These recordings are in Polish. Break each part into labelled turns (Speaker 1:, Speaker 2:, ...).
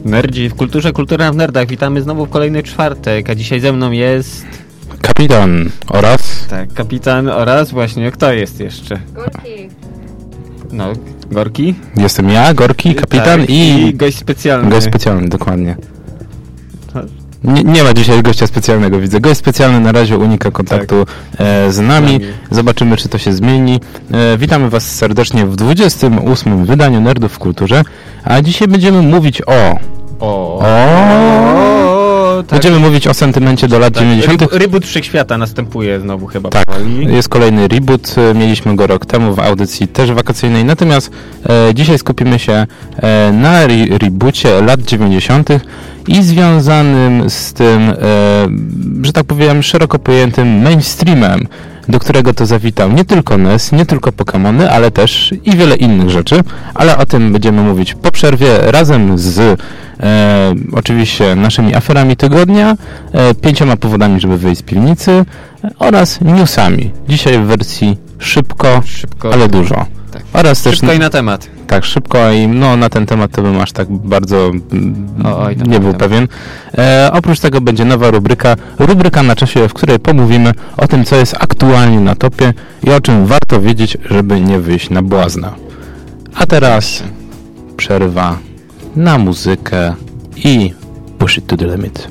Speaker 1: Nerdzi w kulturze, kultura w nerdach. Witamy znowu w kolejny czwartek, a dzisiaj ze mną jest...
Speaker 2: Kapitan oraz...
Speaker 1: Tak, kapitan oraz właśnie, kto jest jeszcze?
Speaker 3: Gorki.
Speaker 1: No, Gorki?
Speaker 2: Jestem ja, Gorki, kapitan
Speaker 1: tak,
Speaker 2: i
Speaker 1: gość specjalny.
Speaker 2: Gość specjalny, dokładnie. Nie ma dzisiaj gościa specjalnego, widzę. Gość specjalny na razie unika kontaktu z nami. Zobaczymy, czy to się zmieni. Witamy Was serdecznie w 28. wydaniu Nerdów w Kulturze. A dzisiaj będziemy mówić tak. Będziemy mówić o sentymencie do lat 90.
Speaker 1: Reboot Wszechświata następuje znowu chyba.
Speaker 2: Tak,
Speaker 1: powoli.
Speaker 2: jest kolejny reboot. Mieliśmy go rok temu w audycji też wakacyjnej. Natomiast dzisiaj skupimy się na reboocie lat 90. i związanym z tym, że tak powiem, szeroko pojętym mainstreamem, do którego to zawitał nie tylko NES, nie tylko Pokémony, ale też i wiele innych rzeczy, ale o tym będziemy mówić po przerwie razem z oczywiście naszymi aferami tygodnia, 5 powodami, żeby wyjść z piwnicy oraz newsami. Dzisiaj w wersji szybko, ale dużo.
Speaker 1: Tak.
Speaker 2: Oraz też
Speaker 1: szybko i na temat.
Speaker 2: Tak, szybko i na ten temat to bym aż tak bardzo nie był pewien. Oprócz tego będzie nowa rubryka na czasie, w której pomówimy o tym, co jest aktualnie na topie i o czym warto wiedzieć, żeby nie wyjść na błazna. A teraz przerwa na muzykę i push it to the limit.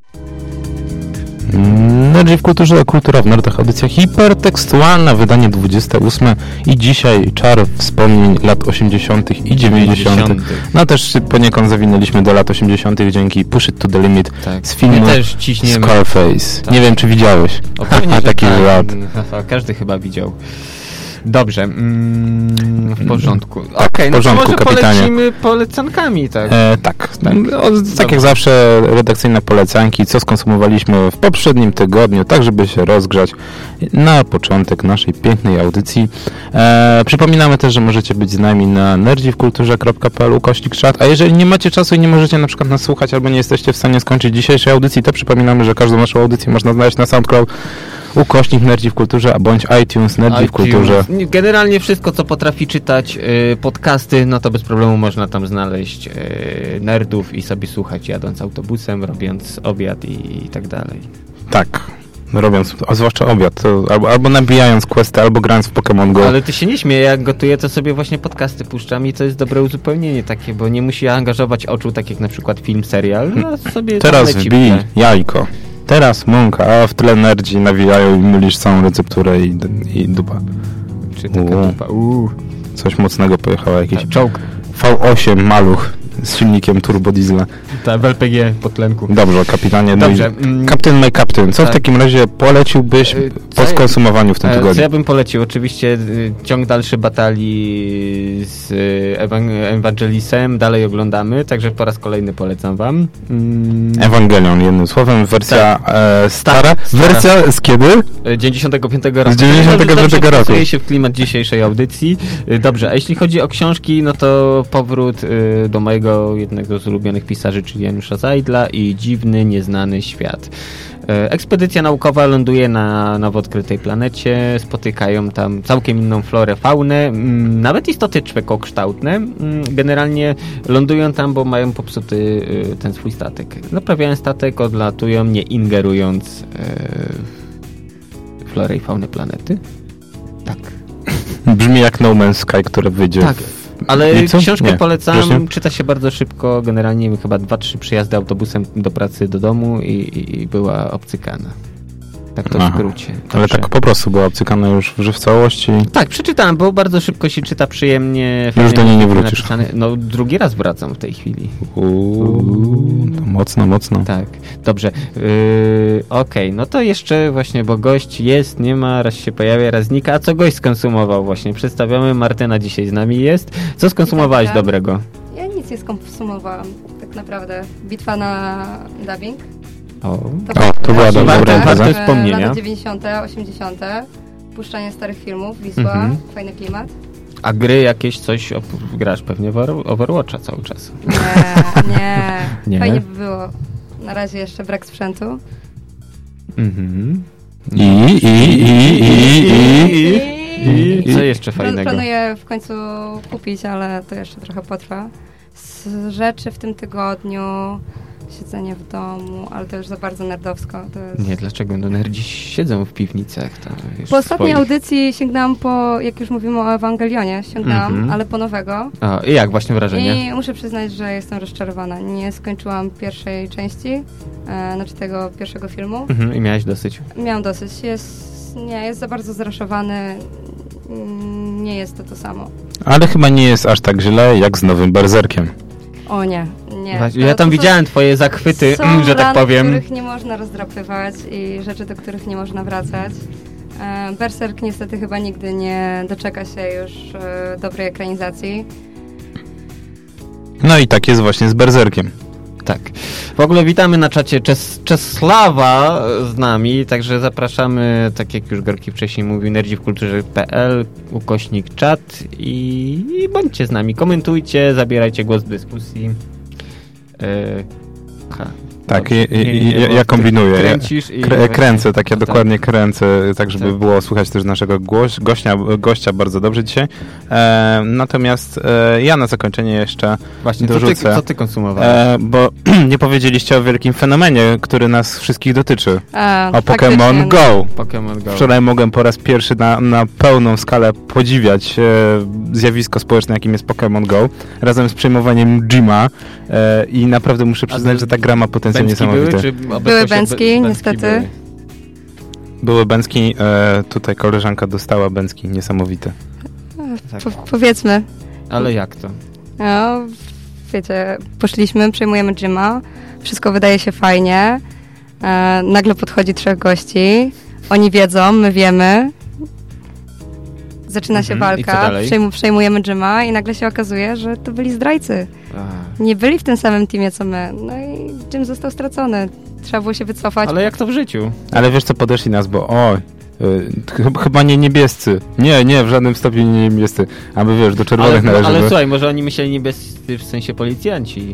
Speaker 2: Nerdzi w kulturze, kultura w nerdach, audycja hipertekstualna, wydanie 28 i dzisiaj czar wspomnień lat 80. i 90. No też poniekąd zawinęliśmy do lat 80. dzięki Push It to the Limit z filmu Scarface. Tak. Nie wiem, czy widziałeś. Taki lat.
Speaker 1: Każdy chyba widział. Dobrze, w porządku.
Speaker 2: Tak,
Speaker 1: Okej,
Speaker 2: w porządku,
Speaker 1: no to może
Speaker 2: kapitanie.
Speaker 1: polecimy polecankami, tak?
Speaker 2: Tak jak zawsze, redakcyjne polecanki, co skonsumowaliśmy w poprzednim tygodniu, tak żeby się rozgrzać na początek naszej pięknej audycji. Przypominamy też, że możecie być z nami na nerdziwkulturze.pl/chat, a jeżeli nie macie czasu i nie możecie na przykład nas słuchać, albo nie jesteście w stanie skończyć dzisiejszej audycji, to przypominamy, że każdą naszą audycję można znaleźć na SoundCloud /Nerdzi w Kulturze, bądź iTunes Nerdzi w Kulturze.
Speaker 1: Generalnie wszystko, co potrafi czytać podcasty, no to bez problemu można tam znaleźć nerdów i sobie słuchać, jadąc autobusem, robiąc obiad i tak dalej.
Speaker 2: Tak, robiąc, a zwłaszcza obiad, to albo nabijając questy, albo grając w Pokémon Go.
Speaker 1: Ale ty się nie śmieję, jak gotuję, to sobie właśnie podcasty puszczam i to jest dobre uzupełnienie takie, bo nie musi angażować oczu, tak jak na przykład film, serial, a sobie
Speaker 2: teraz wbij jajko. Teraz mąka, a w tle nerdzi nawijają i mylisz całą recepturę i dupa.
Speaker 1: Czy taka dupa?
Speaker 2: Coś mocnego pojechało jakieś.
Speaker 1: Czołg.
Speaker 2: V8 maluch z silnikiem turbo diesla.
Speaker 1: Tak, w LPG po tlenku.
Speaker 2: Dobrze, kapitanie.
Speaker 1: Dobrze.
Speaker 2: Captain my captain. Co w takim razie poleciłbyś po skonsumowaniu w tym tygodniu?
Speaker 1: Co ja bym polecił? Oczywiście ciąg dalszy batalii z Evangelisem. Dalej oglądamy, także po raz kolejny polecam wam.
Speaker 2: Ewangelion, jednym słowem. Wersja stara. Wersja z kiedy?
Speaker 1: 95 roku.
Speaker 2: Z 95 roku.
Speaker 1: Wpisuje się w klimat dzisiejszej audycji. Dobrze, a jeśli chodzi o książki, no to powrót do mojego jednego z ulubionych pisarzy, czyli Janusza Zajdla i Dziwny, nieznany świat. Ekspedycja naukowa ląduje na nowo odkrytej planecie, spotykają tam całkiem inną florę, faunę, nawet istoty człowiekokształtne. Generalnie lądują tam, bo mają popsuty ten swój statek. Naprawiają statek, odlatują, nie ingerując w florę i faunę planety. Tak.
Speaker 2: Brzmi jak No Man's Sky, które wyjdzie.
Speaker 1: Tak. Ale książkę polecam,
Speaker 2: Wcześniej?
Speaker 1: czyta się bardzo szybko, generalnie chyba 2-3 przyjazdy autobusem do pracy, do domu i była obcykana. Tak to w skrócie. Dobrze.
Speaker 2: Ale tak po prostu była obcykana już w całości?
Speaker 1: Tak, przeczytałem, bo bardzo szybko się czyta, przyjemnie.
Speaker 2: Już do niej nie wrócisz?
Speaker 1: Napisane. No drugi raz wracam w tej chwili.
Speaker 2: To mocno.
Speaker 1: Tak, dobrze. Okej, no to jeszcze właśnie, bo gość jest, nie ma, raz się pojawia, raz znika. A co gość skonsumował właśnie? Przedstawiamy, Martyna dzisiaj z nami jest. Co skonsumowałeś dobrego?
Speaker 3: Ja nic nie skonsumowałam, tak naprawdę. Bitwa na dubbing.
Speaker 2: To była dobra impreza.
Speaker 1: Wspomnienia.
Speaker 3: Lata 90., 80., puszczanie starych filmów, Wisła, fajny klimat.
Speaker 1: A gry jakieś coś grasz pewnie w Overwatcha cały czas?
Speaker 3: Nie. Fajnie by było. Na razie jeszcze brak sprzętu.
Speaker 1: I co jeszcze fajnego?
Speaker 3: Planuję w końcu kupić, ale to jeszcze trochę potrwa. Z rzeczy w tym tygodniu siedzenie w domu, ale to już za bardzo nerdowsko. To jest...
Speaker 1: Nie, dlaczego? No nerdzi siedzą w piwnicach. Tam, wiesz,
Speaker 3: Po ostatniej audycji sięgnęłam po, jak już mówimy o Ewangelionie, ale po nowego.
Speaker 1: A, i jak właśnie wrażenie?
Speaker 3: I muszę przyznać, że jestem rozczarowana. Nie skończyłam pierwszej części, znaczy tego pierwszego filmu.
Speaker 1: I miałeś dosyć?
Speaker 3: Miałam dosyć. Jest za bardzo zraszowany. Nie jest to samo.
Speaker 2: Ale chyba nie jest aż tak źle, jak z nowym Berserkiem.
Speaker 3: O nie.
Speaker 1: Ja tam widziałem twoje zachwyty, że tak powiem.
Speaker 3: Których nie można rozdrapywać i rzeczy, do których nie można wracać. Berserk niestety chyba nigdy nie doczeka się już dobrej ekranizacji.
Speaker 2: No i tak jest właśnie z Berserkiem.
Speaker 1: Tak. W ogóle witamy na czacie Czesława z nami, także zapraszamy, tak jak już Gorki wcześniej mówił, nerdziwkulturze.pl, /czat i bądźcie z nami, komentujcie, zabierajcie głos w dyskusji.
Speaker 2: Tak, ja kombinuję.
Speaker 1: Kręcisz i
Speaker 2: kręcę, tak, ja dokładnie kręcę, tak żeby było słychać też naszego gościa bardzo dobrze dzisiaj. Natomiast ja na zakończenie jeszcze dorzucę.
Speaker 1: Co ty konsumowałeś?
Speaker 2: Bo nie powiedzieliście o wielkim fenomenie, który nas wszystkich dotyczy. O Pokémon Go.
Speaker 1: Pokémon Go.
Speaker 2: Wczoraj mogłem po raz pierwszy na pełną skalę podziwiać zjawisko społeczne, jakim jest Pokémon Go, razem z przejmowaniem Gyma i naprawdę muszę przyznać, że ta gra ma potencjał niesamowity.
Speaker 3: Były Bęcki, niestety.
Speaker 2: Były Bęcki, tutaj koleżanka dostała Bęcki, niesamowite.
Speaker 3: Powiedzmy.
Speaker 1: Ale jak to?
Speaker 3: No, wiecie, poszliśmy, przejmujemy Gyma, wszystko wydaje się fajnie, nagle podchodzi 3 gości, oni wiedzą, my wiemy, zaczyna się walka, przejmujemy Gyma i nagle się okazuje, że to byli zdrajcy. Nie byli w tym samym teamie co my. No i Gym został stracony. Trzeba było się wycofać.
Speaker 1: Ale jak to w życiu?
Speaker 2: Ale wiesz co, podeszli nas, bo chyba nie niebiescy. Nie, w żadnym stopniu nie niebiescy. A my wiesz, do czerwonych należy.
Speaker 1: Ale słuchaj, może oni myśleli niebiescy w sensie policjanci.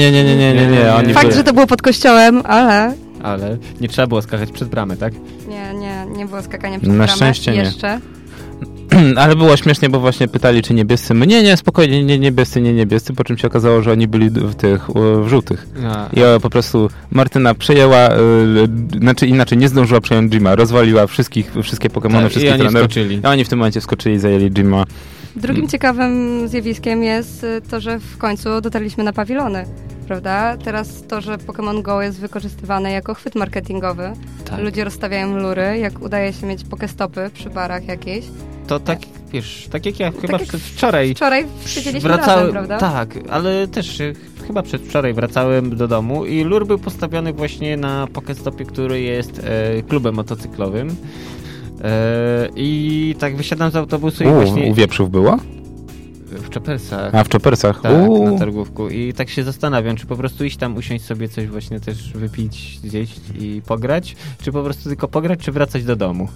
Speaker 2: Nie. Oni
Speaker 3: Fakt, że to było pod kościołem, ale...
Speaker 1: Ale nie trzeba było skakać przez bramę, tak?
Speaker 3: Nie było skakania przez bramę.
Speaker 2: Na szczęście nie.
Speaker 3: Jeszcze.
Speaker 2: Ale było śmiesznie, bo właśnie pytali, czy niebiescy. Nie, spokojnie, nie niebiescy, po czym się okazało, że oni byli w żółtych. I po prostu Martyna przejęła, znaczy inaczej, nie zdążyła przejąć Gyma, rozwaliła wszystkie Pokémony, wszystkich trenerów. I oni w tym momencie wskoczyli i zajęli Gyma.
Speaker 3: Drugim ciekawym zjawiskiem jest to, że w końcu dotarliśmy na pawilony. Prawda? Teraz to, że Pokémon Go jest wykorzystywane jako chwyt marketingowy. Tak. Ludzie rozstawiają lury, jak udaje się mieć pokestopy przy barach jakieś.
Speaker 1: To tak, wiesz, tak jak ja chyba przedwczoraj...
Speaker 3: Wczoraj siedzieliśmy razem, prawda?
Speaker 1: Tak, ale też chyba przedwczoraj wracałem do domu i lur był postawiony właśnie na pokestopie, który jest klubem motocyklowym. I tak wysiadam z autobusu i właśnie...
Speaker 2: U Wieprzów było?
Speaker 1: W Czopersach.
Speaker 2: A, w Czopersach.
Speaker 1: Tak, na targówku. I tak się zastanawiam, czy po prostu iść tam, usiąść sobie coś właśnie też wypić, zjeść i pograć, czy po prostu tylko pograć, czy wracać do domu.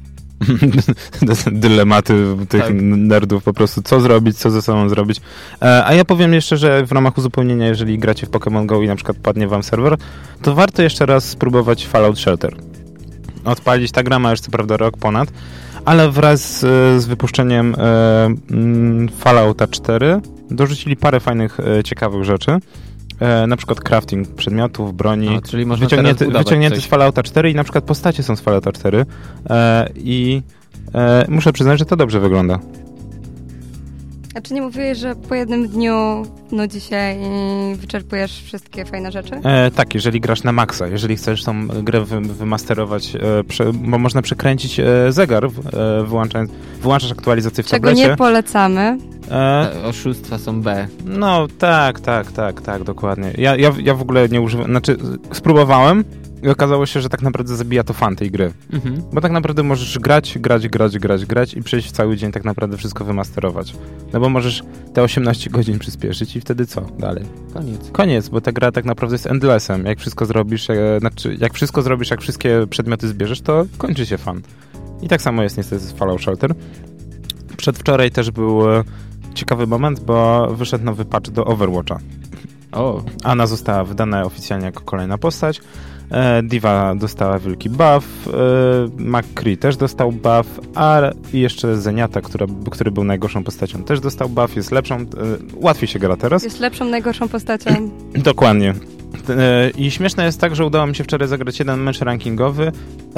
Speaker 2: Dylematy tych nerdów po prostu. Co zrobić, co ze sobą zrobić. A ja powiem jeszcze, że w ramach uzupełnienia, jeżeli gracie w Pokémon Go i na przykład padnie wam serwer, to warto jeszcze raz spróbować Fallout Shelter. Odpalić. Ta gra ma już co prawda rok ponad, ale wraz z wypuszczeniem Fallouta 4 dorzucili parę fajnych, ciekawych rzeczy. Na przykład crafting przedmiotów, broni,
Speaker 1: czyli można
Speaker 2: wyciągnięty z Fallouta 4 i na przykład postacie są z Fallouta 4 i muszę przyznać, że to dobrze wygląda.
Speaker 3: A czy nie mówiłeś, że po jednym dniu nudzi się i wyczerpujesz wszystkie fajne rzeczy?
Speaker 2: Tak, jeżeli grasz na maksa, jeżeli chcesz tą grę wymasterować, bo można przekręcić zegar, wyłączasz aktualizację w tablecie.
Speaker 3: Czego nie polecamy.
Speaker 1: Oszustwa są B.
Speaker 2: No tak, dokładnie. Ja w ogóle nie używam, znaczy spróbowałem i okazało się, że tak naprawdę zabija to fan tej gry. Bo tak naprawdę możesz grać i przejść w cały dzień tak naprawdę wszystko wymasterować. No bo możesz te 18 godzin przyspieszyć i wtedy co? Dalej. Koniec, bo ta gra tak naprawdę jest endlessem. Jak wszystko zrobisz, jak wszystkie przedmioty zbierzesz, to kończy się fan. I tak samo jest niestety z Fallout Shelter. Przedwczoraj też był ciekawy moment, bo wyszedł nowy patch do Overwatcha. Anna została wydana oficjalnie jako kolejna postać. D.Va dostała wielki buff, McCree też dostał buff, a jeszcze Zenyatta, który był najgorszą postacią, też dostał buff, jest lepszą, łatwiej się gra teraz. Jest
Speaker 3: lepszą, najgorszą postacią.
Speaker 2: Dokładnie. I śmieszne jest tak, że udało mi się wczoraj zagrać jeden mecz rankingowy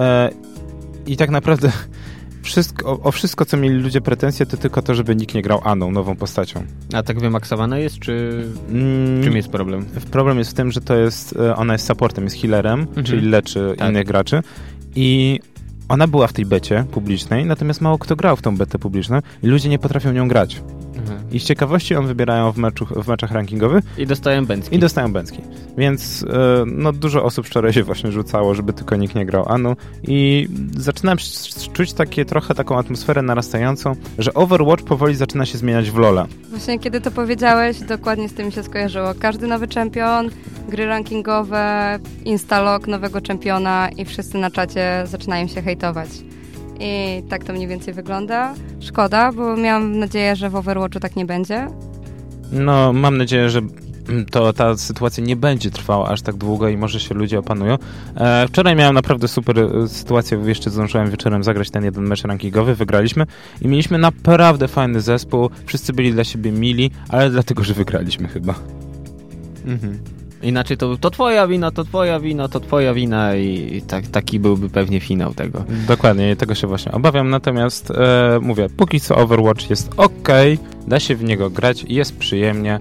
Speaker 2: i tak naprawdę wszystko, co mieli ludzie pretensje, to tylko to, żeby nikt nie grał Aną, nową postacią.
Speaker 1: A tak wymaksowana jest, czy czym jest problem?
Speaker 2: Problem jest w tym, że ona jest supportem, jest healerem, czyli leczy innych graczy i ona była w tej becie publicznej, natomiast mało kto grał w tą betę publiczną i ludzie nie potrafią nią grać. I z ciekawości ją wybierają w meczach rankingowych.
Speaker 1: I dostają bęcki.
Speaker 2: Więc dużo osób wczoraj się właśnie rzucało, żeby tylko nikt nie grał Anu. I zaczynałem czuć trochę taką atmosferę narastającą, że Overwatch powoli zaczyna się zmieniać w LoL'a.
Speaker 3: Właśnie kiedy to powiedziałeś, dokładnie z tym mi się skojarzyło. Każdy nowy czempion, gry rankingowe, instalog nowego czempiona i wszyscy na czacie zaczynają się hejtować. I tak to mniej więcej wygląda. Szkoda, bo miałam nadzieję, że w Overwatchu tak nie będzie.
Speaker 2: No, mam nadzieję, że ta sytuacja nie będzie trwała aż tak długo i może się ludzie opanują. Wczoraj miałem naprawdę super sytuację, jeszcze zdążyłem wieczorem zagrać ten jeden mecz rankingowy, wygraliśmy i mieliśmy naprawdę fajny zespół, wszyscy byli dla siebie mili, ale dlatego, że wygraliśmy chyba.
Speaker 1: Inaczej to twoja wina, to twoja wina, to twoja wina i taki byłby pewnie finał tego.
Speaker 2: Dokładnie, tego się właśnie obawiam, natomiast mówię, póki co Overwatch jest okej, da się w niego grać, jest przyjemnie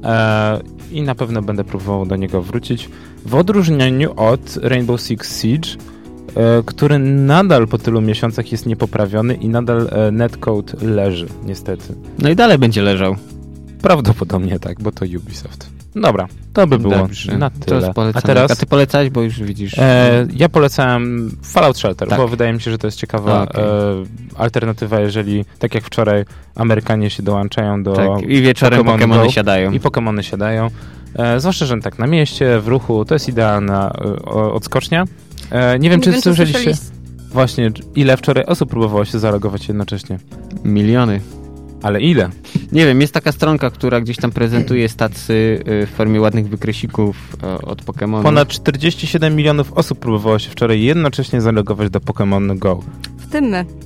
Speaker 2: i na pewno będę próbował do niego wrócić. W odróżnieniu od Rainbow Six Siege, który nadal po tylu miesiącach jest niepoprawiony i nadal netcode leży, niestety.
Speaker 1: No i dalej będzie leżał.
Speaker 2: Prawdopodobnie tak, bo to Ubisoft. Dobra, to by było na tyle.
Speaker 1: A teraz? A ty polecałeś, bo już widzisz...
Speaker 2: Ja polecałem Fallout Shelter, bo wydaje mi się, że to jest ciekawa alternatywa, jeżeli tak jak wczoraj Amerykanie się dołączają do... Tak,
Speaker 1: i wieczorem Pokemony siadają.
Speaker 2: I Pokemony siadają. Zwłaszcza, że tak na mieście, w ruchu, to jest idealna odskocznia. Nie wiem, czy słyszeliście... Właśnie, ile wczoraj osób próbowało się zalogować jednocześnie?
Speaker 1: Miliony.
Speaker 2: Ale ile?
Speaker 1: Nie wiem, jest taka stronka, która gdzieś tam prezentuje statsy w formie ładnych wykresików od Pokémonów.
Speaker 2: Ponad 47 milionów osób próbowało się wczoraj jednocześnie zalogować do Pokémon Go.
Speaker 3: W tym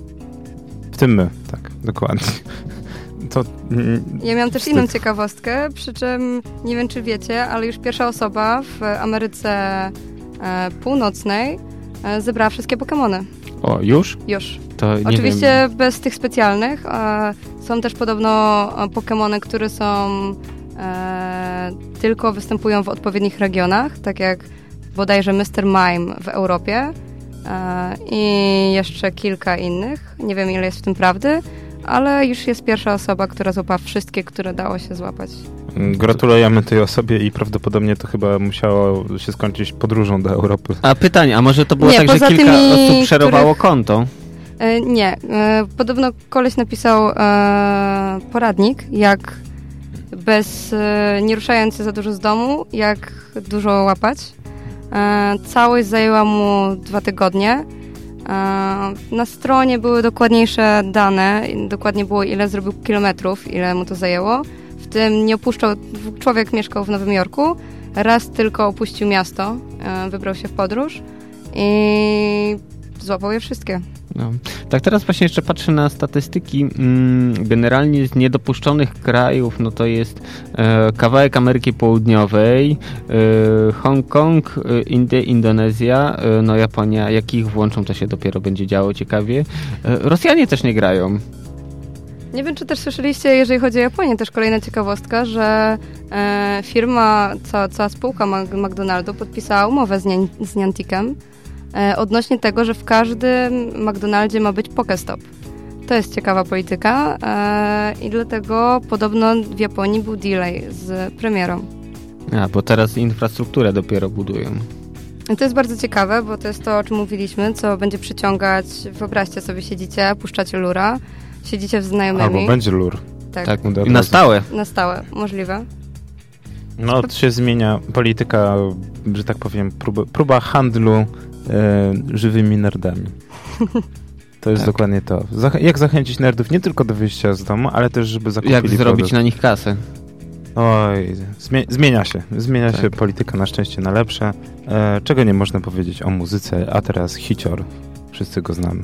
Speaker 3: my,
Speaker 2: tak, dokładnie.
Speaker 3: Ja miałam też inną ciekawostkę, przy czym nie wiem, czy wiecie, ale już pierwsza osoba w Ameryce Północnej zebrała wszystkie Pokémony.
Speaker 1: O, już?
Speaker 3: Już.
Speaker 1: To
Speaker 3: oczywiście bez tych specjalnych. Są też podobno Pokémony, które są tylko występują w odpowiednich regionach, tak jak bodajże Mr. Mime w Europie i jeszcze kilka innych. Nie wiem, ile jest w tym prawdy, ale już jest pierwsza osoba, która złapała wszystkie, które dało się złapać.
Speaker 2: Gratulujemy tej osobie i prawdopodobnie to chyba musiało się skończyć podróżą do Europy.
Speaker 1: A pytanie, a może to było tak, że kilka osób szerowało konto?
Speaker 3: Nie. Podobno koleś napisał poradnik, jak nie ruszając się za dużo z domu, jak dużo łapać. Całość zajęła mu 2 tygodnie. Na stronie były dokładniejsze dane, dokładnie było ile zrobił kilometrów, ile mu to zajęło. W tym nie opuszczał, człowiek mieszkał w Nowym Jorku, raz tylko opuścił miasto, wybrał się w podróż i złapał je wszystkie.
Speaker 1: No. Tak, teraz właśnie jeszcze patrzę na statystyki. Generalnie z niedopuszczonych krajów, no to jest kawałek Ameryki Południowej, Hongkong, Indie, Indonezja, no Japonia. Jak ich włączą, to się dopiero będzie działo ciekawie. Rosjanie też nie grają.
Speaker 3: Nie wiem, czy też słyszeliście, jeżeli chodzi o Japonię, też kolejna ciekawostka, że firma, cała spółka McDonaldu podpisała umowę z Nianticem odnośnie tego, że w każdym McDonaldzie ma być Pokestop. To jest ciekawa polityka i dlatego podobno w Japonii był delay z premierą.
Speaker 2: Bo teraz infrastrukturę dopiero budują.
Speaker 3: I to jest bardzo ciekawe, bo to jest to, o czym mówiliśmy, co będzie przyciągać, wyobraźcie sobie, siedzicie, puszczacie lura, siedzicie z znajomymi.
Speaker 2: Albo będzie lur.
Speaker 3: Tak.
Speaker 1: Na stałe.
Speaker 3: Na stałe, możliwe.
Speaker 2: No, to się zmienia polityka, że tak powiem, próba handlu żywymi nerdami. To jest dokładnie to. Jak zachęcić nerdów nie tylko do wyjścia z domu, ale też, żeby zakupili
Speaker 1: Jak zrobić na nich kasę.
Speaker 2: Oj, zmienia się polityka na szczęście na lepsze. Czego nie można powiedzieć o muzyce, a teraz hicior. Wszyscy go znamy.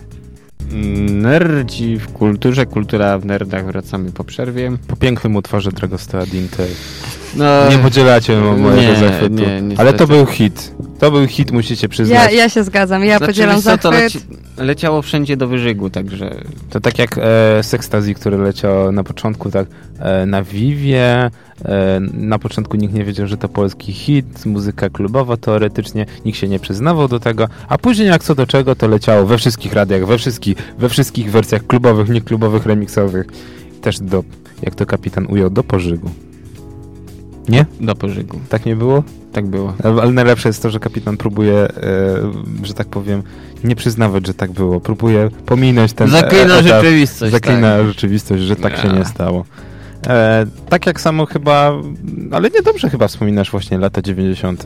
Speaker 1: Nerdzi w kulturze, kultura w nerdach. Wracamy po przerwie.
Speaker 2: Po pięknym utworze Dragostea Dinte. Nie podzielacie mojego zachwytu. Nie, ale to był hit. To był hit, musicie przyznać.
Speaker 3: Ja się zgadzam, podzielam zachwyt.
Speaker 1: To leciało wszędzie do wyżygu, także...
Speaker 2: To tak jak Sextasy, które leciało na początku tak na Vivie. Na początku nikt nie wiedział, że to polski hit, muzyka klubowa teoretycznie, nikt się nie przyznawał do tego, a później jak co do czego, to leciało we wszystkich radiach, we wszystkich wersjach klubowych, nieklubowych, remiksowych. Też jak to kapitan ujął, do pożygu. Nie?
Speaker 1: Do pożygu.
Speaker 2: Tak nie było?
Speaker 1: Tak było.
Speaker 2: Ale najlepsze jest to, że kapitan próbuje, że tak powiem, nie przyznawać, że tak było. Próbuje pominąć ten
Speaker 1: Zaklina rzeczywistość.
Speaker 2: Zaklina rzeczywistość, że tak się nie stało. Tak jak samo chyba, ale niedobrze chyba wspominasz właśnie lata 90.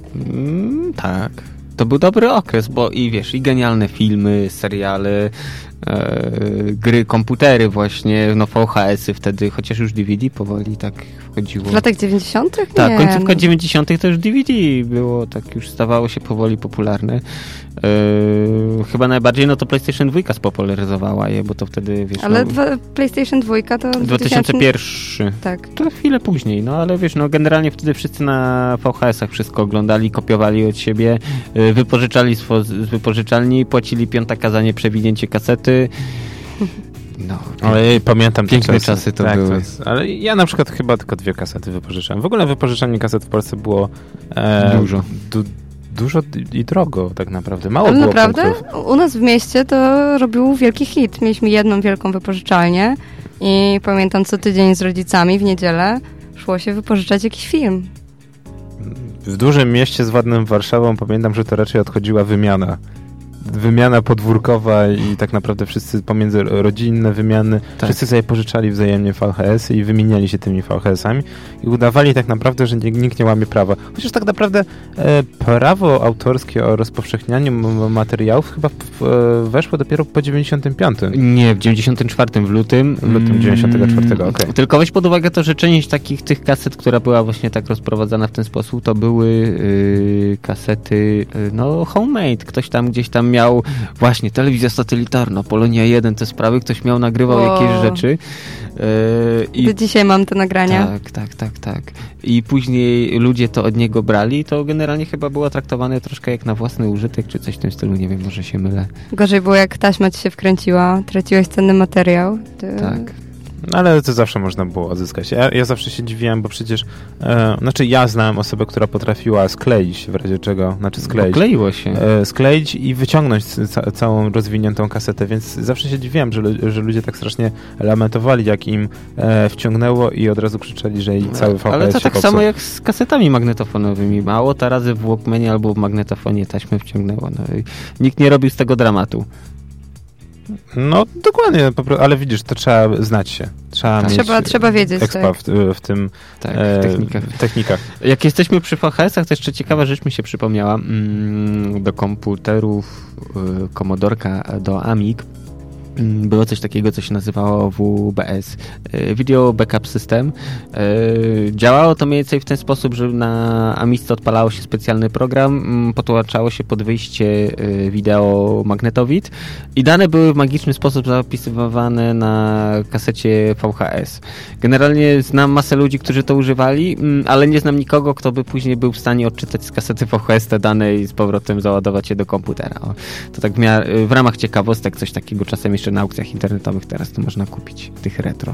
Speaker 1: Tak. To był dobry okres, bo i genialne filmy, seriale, gry, komputery właśnie, VHS-y wtedy, chociaż już DVD powoli tak wchodziło.
Speaker 3: W latach 90? Nie.
Speaker 1: Tak, końcówka 90. to już DVD było, tak już stawało się powoli popularne. Chyba najbardziej to PlayStation 2 spopularyzowała je, bo to wtedy,
Speaker 3: Ale PlayStation 2 to...
Speaker 1: 2001.
Speaker 3: Tak.
Speaker 1: To chwilę później, ale generalnie wtedy wszyscy na VHS-ach wszystko oglądali, kopiowali od siebie, wypożyczali z wypożyczalni, płacili piątaka za nieprzewinięcie kasety.
Speaker 2: Ale pamiętam
Speaker 1: piękne czasy to były.
Speaker 2: Ale ja na przykład chyba tylko 2 kasety wypożyczałem. W ogóle wypożyczalni kaset w Polsce było
Speaker 1: dużo.
Speaker 2: Dużo i drogo tak naprawdę. Mało
Speaker 3: ale
Speaker 2: było
Speaker 3: naprawdę?
Speaker 2: punktów.
Speaker 3: U nas w mieście to robił wielki hit. Mieliśmy jedną wielką wypożyczalnię i pamiętam co tydzień z rodzicami w niedzielę szło się wypożyczać jakiś film.
Speaker 2: W dużym mieście z ładnym Warszawą pamiętam, że to raczej odchodziła wymiana podwórkowa i tak naprawdę wszyscy pomiędzy rodzinne wymiany, wszyscy sobie pożyczali wzajemnie VHS-y i wymieniali się tymi VHS-ami i udawali tak naprawdę, że nikt nie łamie prawa. Chociaż tak naprawdę prawo autorskie o rozpowszechnianiu materiałów chyba weszło dopiero po 95.
Speaker 1: Nie, w 94 w lutym.
Speaker 2: W lutym 94, okej.
Speaker 1: Tylko weź pod uwagę to, że część tych kaset, która była właśnie tak rozprowadzana w ten sposób, to były kasety homemade. Ktoś tam gdzieś tam miał właśnie telewizja satelitarna, Polonia 1, te sprawy, ktoś nagrywał jakieś rzeczy.
Speaker 3: Do dzisiaj mam te nagrania.
Speaker 1: Tak. I później ludzie to od niego brali, to generalnie chyba było traktowane troszkę jak na własny użytek, czy coś w tym stylu, nie wiem, może się mylę.
Speaker 3: Gorzej było, jak taśma ci się wkręciła, traciłeś cenny materiał.
Speaker 1: Tak.
Speaker 2: Ale to zawsze można było odzyskać. Ja zawsze się dziwiłem, bo przecież ja znałem osobę, która potrafiła skleić w razie czego,
Speaker 1: Kleiło się.
Speaker 2: Skleić i wyciągnąć całą rozwiniętą kasetę, więc zawsze się dziwiłem, że ludzie tak strasznie lamentowali, jak im wciągnęło i od razu krzyczeli, że i cały VHS
Speaker 1: Ale to
Speaker 2: się
Speaker 1: tak
Speaker 2: popsuł.
Speaker 1: samo jak z kasetami magnetofonowymi. Mało ta razy w Walkmanie albo w magnetofonie taśmy wciągnęło. I nikt nie robił z tego dramatu.
Speaker 2: No dokładnie, ale widzisz, to trzeba znać się.
Speaker 3: Trzeba wiedzieć.
Speaker 2: Expa w tym technikach.
Speaker 1: Jak jesteśmy przy VHS-ach, to jeszcze ciekawa rzecz mi się przypomniała. Do komputerów Commodorka, do Amig było coś takiego, co się nazywało WBS, Video Backup System. Działało to mniej więcej w ten sposób, że na Amistce odpalało się specjalny program, podłączało się pod wyjście wideo magnetowid i dane były w magiczny sposób zapisywane na kasecie VHS. Generalnie znam masę ludzi, którzy to używali, ale nie znam nikogo, kto by później był w stanie odczytać z kasety VHS te dane i z powrotem załadować je do komputera. To tak w ramach ciekawostek coś takiego czasem jeszcze na aukcjach internetowych teraz to można kupić, tych retro.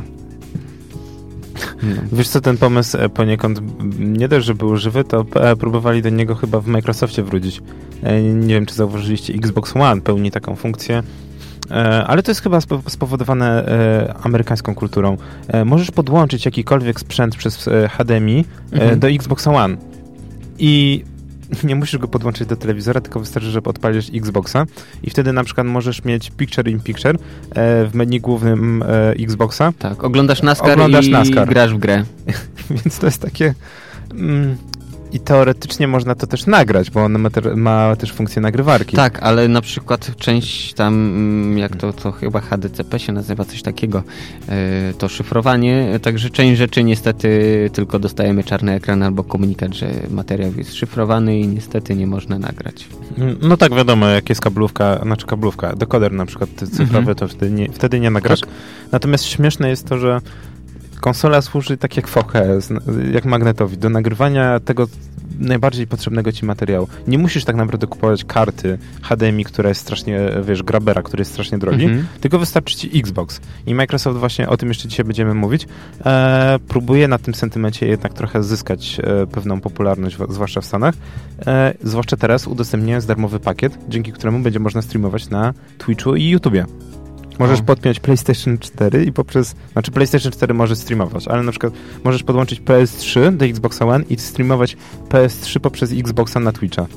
Speaker 2: Wiesz co, ten pomysł poniekąd nie dość, że był żywy, to próbowali do niego chyba w Microsoftie wrócić. Nie wiem, czy zauważyliście, Xbox One pełni taką funkcję, ale to jest chyba spowodowane amerykańską kulturą. Możesz podłączyć jakikolwiek sprzęt przez HDMI do Xboxa One i nie musisz go podłączyć do telewizora, tylko wystarczy, że odpalisz Xboxa i wtedy na przykład możesz mieć Picture in Picture w menu głównym Xboxa.
Speaker 1: Tak, oglądasz NASCAR i grasz w grę.
Speaker 2: Więc to jest takie... I teoretycznie można to też nagrać, bo on ma też funkcję nagrywarki.
Speaker 1: Tak, ale na przykład część tam, jak to chyba HDCP się nazywa, coś takiego, to szyfrowanie, także część rzeczy niestety tylko dostajemy czarny ekran albo komunikat, że materiał jest szyfrowany i niestety nie można nagrać.
Speaker 2: No tak, wiadomo, jak jest kablówka, dekoder na przykład cyfrowy, to wtedy nie nagrasz. Tak. Natomiast śmieszne jest to, że konsola służy tak jak VHS, jak magnetowi, do nagrywania tego najbardziej potrzebnego ci materiału. Nie musisz tak naprawdę kupować karty HDMI, która jest strasznie, grabera, który jest strasznie drogi, tylko wystarczy ci Xbox. I Microsoft właśnie, o tym jeszcze dzisiaj będziemy mówić, próbuje na tym sentymencie jednak trochę zyskać pewną popularność, zwłaszcza w Stanach. Zwłaszcza teraz udostępniając darmowy pakiet, dzięki któremu będzie można streamować na Twitchu i YouTubie. Możesz podpiąć PlayStation 4 i PlayStation 4 może streamować, ale na przykład możesz podłączyć PS3 do Xboxa One i streamować PS3 poprzez Xboxa na Twitcha.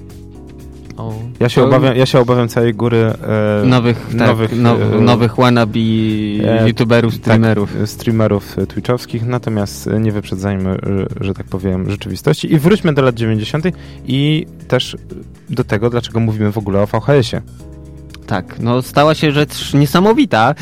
Speaker 2: Ja się obawiam całej góry
Speaker 1: nowych wannabe youtuberów, streamerów.
Speaker 2: Tak, streamerów twitchowskich, natomiast nie wyprzedzajmy, że tak powiem, rzeczywistości. I wróćmy do lat 90. i też do tego, dlaczego mówimy w ogóle o VHS-ie.
Speaker 1: Tak, stała się rzecz niesamowita.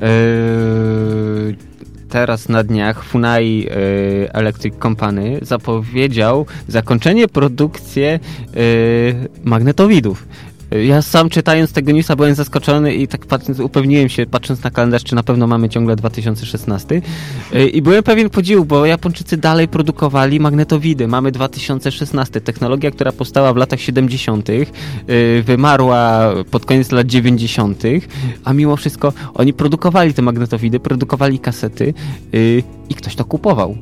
Speaker 1: Teraz na dniach Funai Electric Company zapowiedział zakończenie produkcji magnetowidów. Ja sam czytając tego newsa byłem zaskoczony i tak upewniłem się, patrząc na kalendarz, czy na pewno mamy ciągle 2016 i byłem pewien podziwu, bo Japończycy dalej produkowali magnetowidy. Mamy 2016. Technologia, która powstała w latach 70., wymarła pod koniec lat 90., a mimo wszystko oni produkowali te magnetowidy, produkowali kasety i ktoś to kupował.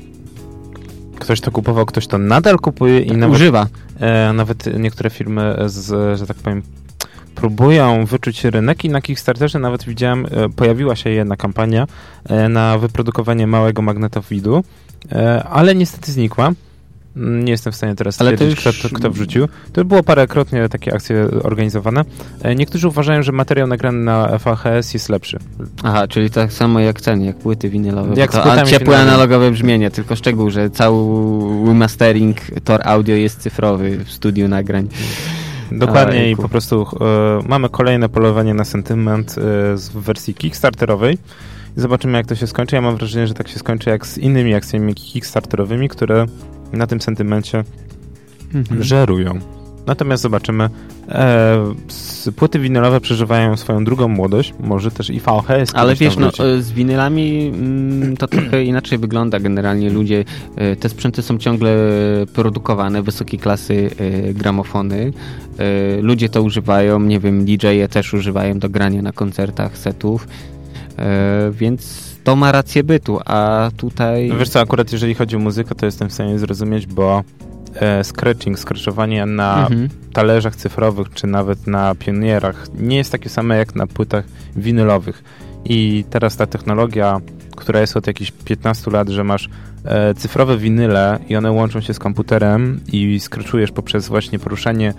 Speaker 2: Ktoś to kupował, ktoś to nadal kupuje i nawet
Speaker 1: używa.
Speaker 2: Nawet niektóre firmy, że tak powiem, próbują wyczuć rynek i na Kickstarterze nawet widziałem, pojawiła się jedna kampania na wyprodukowanie małego magnetowidu, ale niestety znikła. Nie jestem w stanie teraz stwierdzić, kto wrzucił. To było parokrotnie takie akcje organizowane. Niektórzy uważają, że materiał nagrany na VHS jest lepszy.
Speaker 1: Aha, czyli tak samo jak płyty winylowe.
Speaker 2: Jak
Speaker 1: to ciepłe analogowe brzmienie, tylko szczegół, że cały mastering Tor Audio jest cyfrowy w studiu nagrań.
Speaker 2: Dokładnie i po prostu mamy kolejne polowanie na sentyment w wersji kickstarterowej. Zobaczymy, jak to się skończy. Ja mam wrażenie, że tak się skończy jak z innymi akcjami kickstarterowymi, które na tym sentymencie żerują. Natomiast zobaczymy. Płyty winylowe przeżywają swoją drugą młodość, może też i VHS.
Speaker 1: Ale wiesz, z winylami to trochę inaczej wygląda. Generalnie ludzie, te sprzęty są ciągle produkowane, wysokiej klasy gramofony. Ludzie to używają, nie wiem, DJ-e też używają do grania na koncertach, setów. Więc to ma rację bytu, a tutaj...
Speaker 2: No wiesz co, akurat jeżeli chodzi o muzykę, to jestem w stanie zrozumieć, bo scratchowanie na talerzach cyfrowych, czy nawet na pionierach nie jest takie same jak na płytach winylowych. I teraz ta technologia, która jest od jakichś 15 lat, że masz cyfrowe winyle i one łączą się z komputerem i scratchujesz poprzez właśnie poruszanie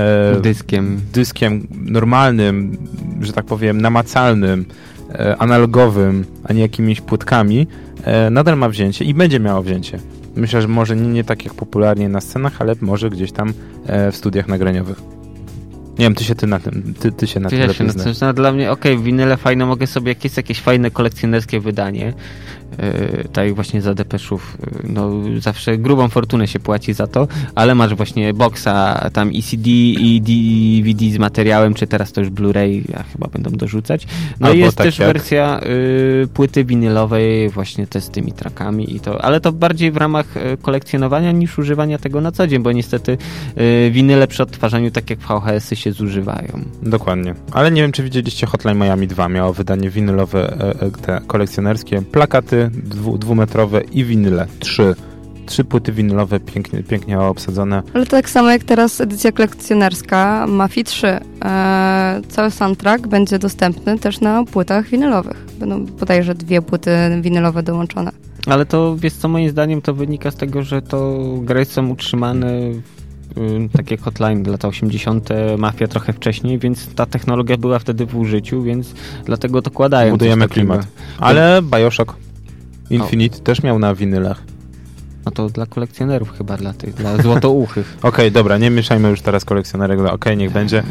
Speaker 2: dyskiem normalnym, że tak powiem, namacalnym, analogowym, a nie jakimiś płytkami, nadal ma wzięcie i będzie miało wzięcie. Myślę, że może nie tak jak popularnie na scenach, ale może gdzieś tam w studiach nagraniowych. Nie wiem, ty się na tym lepiej znasz.
Speaker 1: Dla mnie, winyle fajne, mogę sobie jakieś fajne kolekcjonerskie wydanie, tak właśnie za depeszów, zawsze grubą fortunę się płaci za to, ale masz właśnie boxa, tam i CD, i DVD z materiałem, czy teraz to już Blu-ray, chyba będą dorzucać. No i jest też wersja płyty winylowej właśnie też z tymi trackami ale to bardziej w ramach kolekcjonowania niż używania tego na co dzień, bo niestety winyle przy odtwarzaniu, tak jak VHS-y, się zużywają.
Speaker 2: Dokładnie. Ale nie wiem, czy widzieliście Hotline Miami 2 miało wydanie winylowe, te kolekcjonerskie, plakaty dwumetrowe i winyle. Trzy płyty winylowe pięknie obsadzone.
Speaker 3: Ale to tak samo jak teraz edycja kolekcjonerska Mafii 3. Cały soundtrack będzie dostępny też na płytach winylowych. Będą bodajże 2 płyty winylowe dołączone.
Speaker 1: Ale to, wiesz co, moim zdaniem to wynika z tego, że to gry są utrzymane tak jak Hotline lata 80., Mafia trochę wcześniej, więc ta technologia była wtedy w użyciu, więc dlatego dokładają.
Speaker 2: Budujemy klimat. Ale BioShock Infinite też miał na winylach.
Speaker 1: No to dla kolekcjonerów chyba, dla złotouchych.
Speaker 2: Okej, dobra, nie mieszajmy już teraz kolekcjonerek. Niech będzie.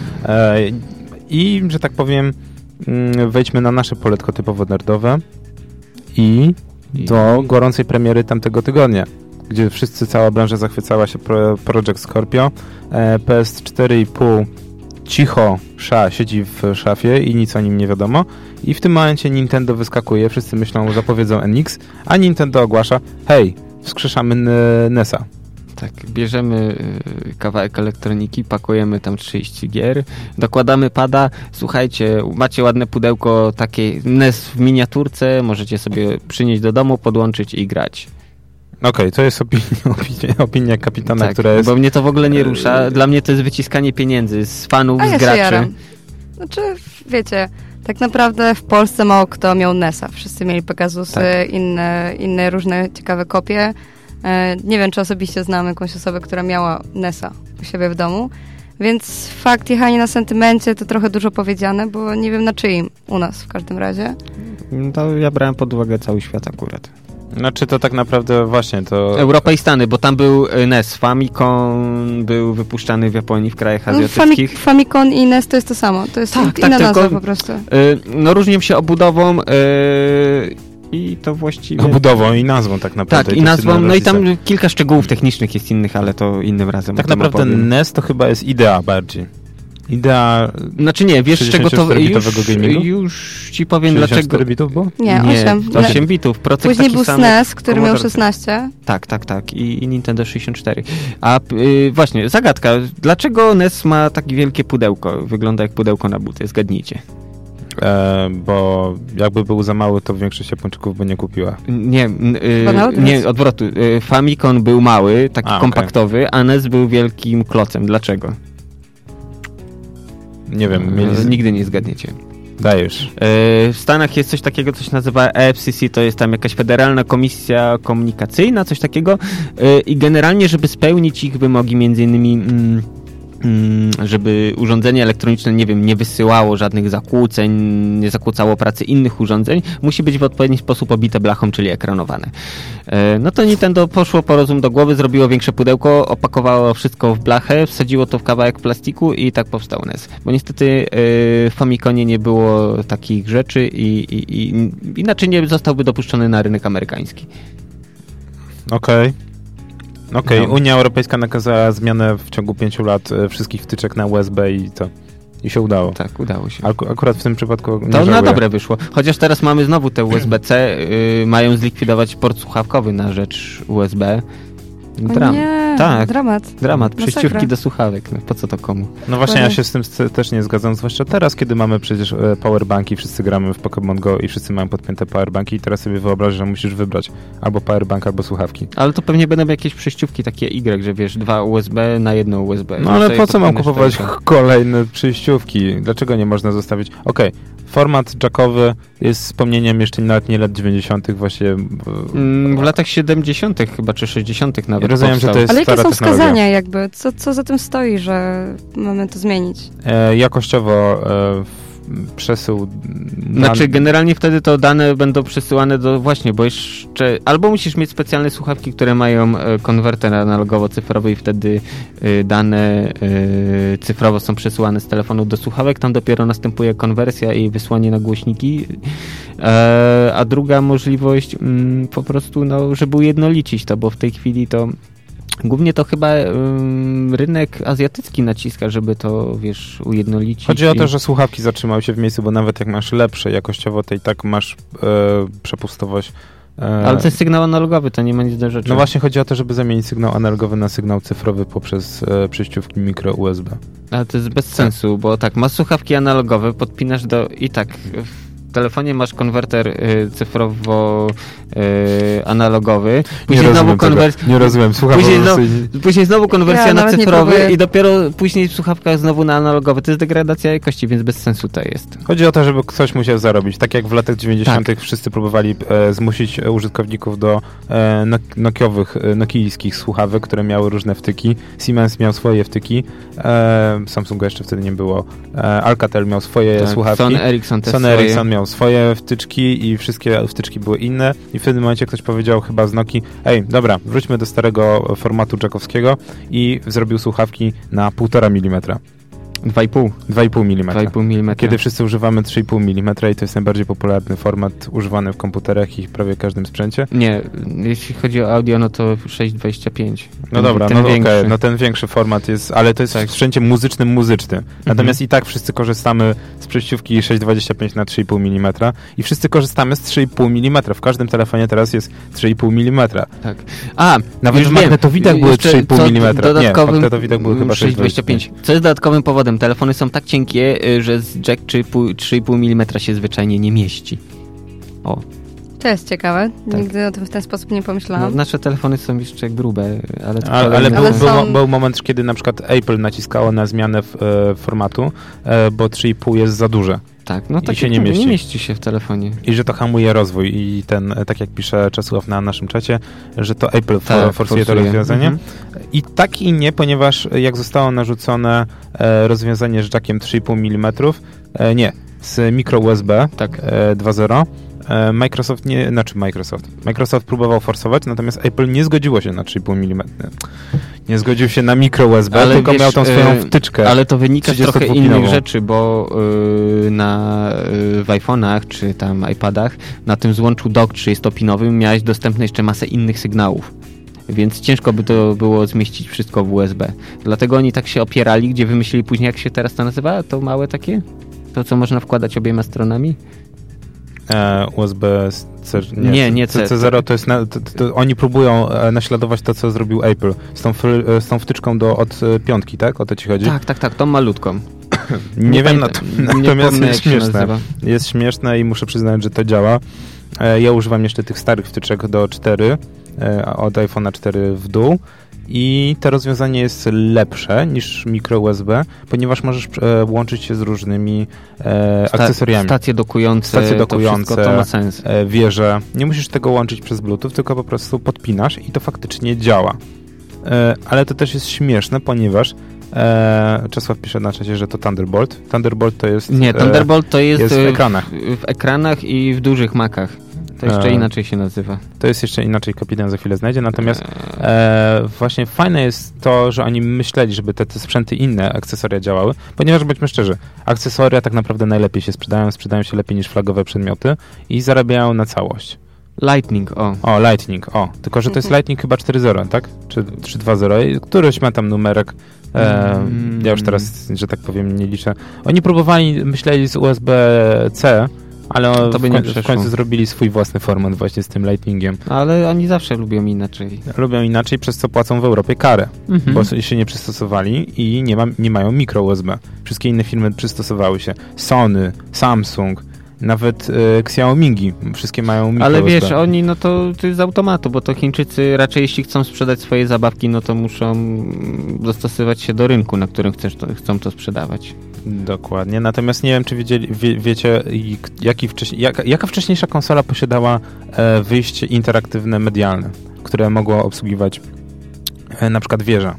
Speaker 2: I, że tak powiem, wejdźmy na nasze poletko typowo nerdowe i do gorącej premiery tamtego tygodnia, gdzie cała branża zachwycała się Project Scorpio. PS4,5 cicho siedzi w szafie i nic o nim nie wiadomo. I w tym momencie Nintendo wyskakuje, wszyscy myślą, zapowiedzą NX, a Nintendo ogłasza, hej, wskrzeszamy NES-a.
Speaker 1: Tak, bierzemy kawałek elektroniki, pakujemy tam 30 gier, dokładamy pada, słuchajcie, macie ładne pudełko, takie NES w miniaturce, możecie sobie przynieść do domu, podłączyć i grać.
Speaker 2: Okej, to jest opinia kapitana,
Speaker 1: tak,
Speaker 2: która jest...
Speaker 1: bo mnie to w ogóle nie rusza. Dla mnie to jest wyciskanie pieniędzy z fanów, z graczy.
Speaker 3: Jaram. Znaczy, wiecie, tak naprawdę w Polsce mało kto miał NES-a. Wszyscy mieli Pegasusy, tak. inne różne ciekawe kopie. Nie wiem, czy osobiście znam jakąś osobę, która miała NES-a u siebie w domu. Więc fakt jechania na sentymencie to trochę dużo powiedziane, bo nie wiem na czyim u nas w każdym razie.
Speaker 1: To ja brałem pod uwagę cały świat akurat.
Speaker 2: Znaczy to tak naprawdę właśnie to...
Speaker 1: Europa i Stany, bo tam był NES. Famicom był wypuszczany w Japonii, w krajach azjatyckich.
Speaker 3: Famicom i NES to jest to samo. To jest inna nazwa po prostu.
Speaker 1: No różnią się obudową i to właściwie...
Speaker 2: Obudową i nazwą tak naprawdę.
Speaker 1: Tak, i nazwą, no i tam kilka szczegółów technicznych jest innych, ale to innym razem.
Speaker 2: Tak naprawdę NES to chyba jest idea bardziej. Idea...
Speaker 1: Znaczy nie, wiesz z czego to... Już ci powiem
Speaker 2: 64
Speaker 1: dlaczego...
Speaker 2: 64 bitów było?
Speaker 3: Nie,
Speaker 1: 8 bitów.
Speaker 3: Później
Speaker 1: taki
Speaker 3: był SNES, który miał 16.
Speaker 1: Tak. I Nintendo 64. A właśnie, zagadka. Dlaczego NES ma takie wielkie pudełko? Wygląda jak pudełko na buty. Zgadnijcie.
Speaker 2: Bo jakby był za mały, to większość Japończyków by nie kupiła.
Speaker 1: Nie, odwrotu. Famicom był mały, taki kompaktowy, a NES był wielkim klocem. Dlaczego?
Speaker 2: Nie wiem.
Speaker 1: Nigdy nie zgadniecie.
Speaker 2: Dajesz.
Speaker 1: W Stanach jest coś takiego, co się nazywa FCC, to jest tam jakaś Federalna Komisja Komunikacyjna, coś takiego i generalnie, żeby spełnić ich wymogi, między innymi żeby urządzenie elektroniczne, nie wiem, nie wysyłało żadnych zakłóceń, nie zakłócało pracy innych urządzeń, musi być w odpowiedni sposób obite blachą, czyli ekranowane. No to Nintendo poszło po rozum do głowy, zrobiło większe pudełko, opakowało wszystko w blachę, wsadziło to w kawałek plastiku i tak powstał NES. Bo niestety w Famicomie nie było takich rzeczy i inaczej nie zostałby dopuszczony na rynek amerykański.
Speaker 2: Okej, Unia Europejska nakazała zmianę w ciągu 5 lat wszystkich wtyczek na USB i się udało.
Speaker 1: Tak, udało się.
Speaker 2: Akurat w tym przypadku nie
Speaker 1: to
Speaker 2: żałuję.
Speaker 1: Na dobre wyszło. Chociaż teraz mamy znowu te USB-C, mają zlikwidować port słuchawkowy na rzecz USB. Dramat. Przejściówki do słuchawek. No, po co to komu?
Speaker 2: No właśnie, ja się z tym też nie zgadzam, zwłaszcza teraz, kiedy mamy przecież powerbanki, wszyscy gramy w Pokémon Go i wszyscy mają podpięte powerbanki i teraz sobie wyobraź, że musisz wybrać albo powerbank, albo słuchawki.
Speaker 1: Ale to pewnie będą jakieś przejściówki takie Y, że wiesz, 2 USB na jedno USB.
Speaker 2: No ale po co mam kupować kolejne przejściówki? Dlaczego nie można zostawić? Format jackowy jest wspomnieniem jeszcze nawet nie lat 90. właśnie.
Speaker 1: W latach 70. chyba, czy 60. nawet.
Speaker 2: Rozumiem, że to jest
Speaker 3: ale
Speaker 2: stara
Speaker 3: jakie są
Speaker 2: technologia.
Speaker 3: wskazania jakby? Co za tym stoi, że mamy to zmienić?
Speaker 2: Jakościowo przesył...
Speaker 1: Znaczy generalnie wtedy to dane będą przesyłane bo jeszcze albo musisz mieć specjalne słuchawki, które mają konwerter analogowo-cyfrowy i wtedy dane cyfrowo są przesyłane z telefonu do słuchawek, tam dopiero następuje konwersja i wysłanie na głośniki, a druga możliwość po prostu, żeby ujednolicić to, bo w tej chwili to głównie to chyba rynek azjatycki naciska, żeby to, ujednolicić.
Speaker 2: Chodzi o to, że słuchawki zatrzymały się w miejscu, bo nawet jak masz lepsze jakościowo, to i tak masz przepustowość.
Speaker 1: Ale to jest sygnał analogowy, to nie ma nic do rzeczy.
Speaker 2: No właśnie chodzi o to, żeby zamienić sygnał analogowy na sygnał cyfrowy poprzez przejściówki mikro USB. Ale
Speaker 1: to jest bez sensu, bo masz słuchawki analogowe, podpinasz w telefonie masz konwerter cyfrowo-analogowy.
Speaker 2: Nie rozumiem.
Speaker 1: Później znowu konwersja na cyfrowy i dopiero później słuchawka znowu na analogowy. To jest degradacja jakości, więc bez sensu to jest.
Speaker 2: Chodzi o to, żeby ktoś musiał zarobić. Tak jak w latach 90. wszyscy próbowali zmusić użytkowników do nokijskich słuchawek, które miały różne wtyki. Siemens miał swoje wtyki. Samsunga jeszcze wtedy nie było. Alcatel miał swoje słuchawki.
Speaker 1: Sony Ericsson
Speaker 2: miał miał swoje wtyczki i wszystkie wtyczki były inne i w pewnym momencie ktoś powiedział chyba z Nokii, dobra, wróćmy do starego formatu jackowskiego i zrobił słuchawki na 1,5 mm. 2,5 mm.
Speaker 1: 2,5 mm.
Speaker 2: Kiedy wszyscy używamy 3,5 mm i to jest najbardziej popularny format używany w komputerach i prawie każdym sprzęcie.
Speaker 1: Nie, jeśli chodzi o audio, no to 6,25.
Speaker 2: No dobra, ten większy format jest, ale to jest w sprzęcie muzycznym. Natomiast i tak wszyscy korzystamy z przejściówki 6,25 na 3,5 mm i wszyscy korzystamy z 3,5 mm. W każdym telefonie teraz jest 3,5 mm.
Speaker 1: Tak.
Speaker 2: Nawet w magnetowidach były 3,5 mm. Nie, w magnetowidach były chyba
Speaker 1: 6,25. Co jest dodatkowym powodem? Telefony są tak cienkie, że jack 3,5 mm się zwyczajnie nie mieści. O.
Speaker 3: To jest ciekawe. Tak. Nigdy o tym w ten sposób nie pomyślałam.
Speaker 1: No, nasze telefony są jeszcze grube,
Speaker 2: ale był moment, kiedy na przykład Apple naciskało na zmianę formatu, bo 3,5 jest za duże.
Speaker 1: Tak, no tak
Speaker 2: się nie
Speaker 1: mieści się w telefonie.
Speaker 2: I że to hamuje rozwój i tak jak pisze Czesław na naszym czacie, że to Apple forsuje to rozwiązanie. I tak i nie, ponieważ jak zostało narzucone rozwiązanie z jackiem 3,5 mm, z micro USB 2.0, Microsoft próbował forsować, natomiast Apple nie zgodziło się na 3,5 mm. Nie zgodził się na micro USB, tylko miał tą swoją wtyczkę.
Speaker 1: Ale to wynika z trochę innych rzeczy, bo w iPhone'ach czy tam iPadach na tym złączu dock 30-pinowym miałeś dostępne jeszcze masę innych sygnałów. Więc ciężko by to było zmieścić wszystko w USB. Dlatego oni tak się opierali, gdzie wymyślili później, jak się teraz to nazywa? To małe takie? To, co można wkładać obiema stronami?
Speaker 2: USB-C,
Speaker 1: nie
Speaker 2: C0 to jest oni próbują naśladować to, co zrobił Apple z tą wtyczką od 5, tak? O to ci chodzi?
Speaker 1: Tak, tą malutką.
Speaker 2: Nie wiem, natomiast jest śmieszne i muszę przyznać, że to działa. Ja używam jeszcze tych starych wtyczek do 4, od iPhone'a 4 w dół. I to rozwiązanie jest lepsze niż micro USB, ponieważ możesz łączyć się z różnymi akcesoriami.
Speaker 1: Stacje dokujące, to ma sens.
Speaker 2: Wieże. Nie musisz tego łączyć przez Bluetooth, tylko po prostu podpinasz i to faktycznie działa. Ale to też jest śmieszne, ponieważ Czesław pisze na czacie, że to Thunderbolt. Thunderbolt to jest...
Speaker 1: Nie, Thunderbolt to jest
Speaker 2: w ekranach.
Speaker 1: W ekranach i w dużych Macach. To jeszcze inaczej się nazywa.
Speaker 2: To jest jeszcze inaczej, kapitan za chwilę znajdzie, natomiast właśnie fajne jest to, że oni myśleli, żeby te sprzęty inne, akcesoria działały, ponieważ bądźmy szczerzy, akcesoria tak naprawdę najlepiej się sprzedają się lepiej niż flagowe przedmioty i zarabiają na całość.
Speaker 1: Lightning,
Speaker 2: tylko że to jest Lightning chyba 4.0, tak? Czy 2.0, któryś ma tam numerek. Ja już teraz, że tak powiem, nie liczę. Oni myśleli z USB-C, ale w końcu zrobili swój własny format właśnie z tym Lightningiem.
Speaker 1: Ale oni zawsze lubią inaczej.
Speaker 2: Przez co płacą w Europie karę, bo się nie przystosowali i nie mają micro USB. Wszystkie inne firmy przystosowały się. Sony, Samsung, nawet Xiaomingi, wszystkie mają micro
Speaker 1: Ale
Speaker 2: USB.
Speaker 1: wiesz, oni, to jest z automatu, bo to Chińczycy raczej jeśli chcą sprzedać swoje zabawki, to muszą dostosować się do rynku, na którym chcą to sprzedawać.
Speaker 2: Dokładnie, natomiast nie wiem, czy wiecie, jaka wcześniejsza konsola posiadała wyjście interaktywne medialne, które mogło obsługiwać na przykład wieża.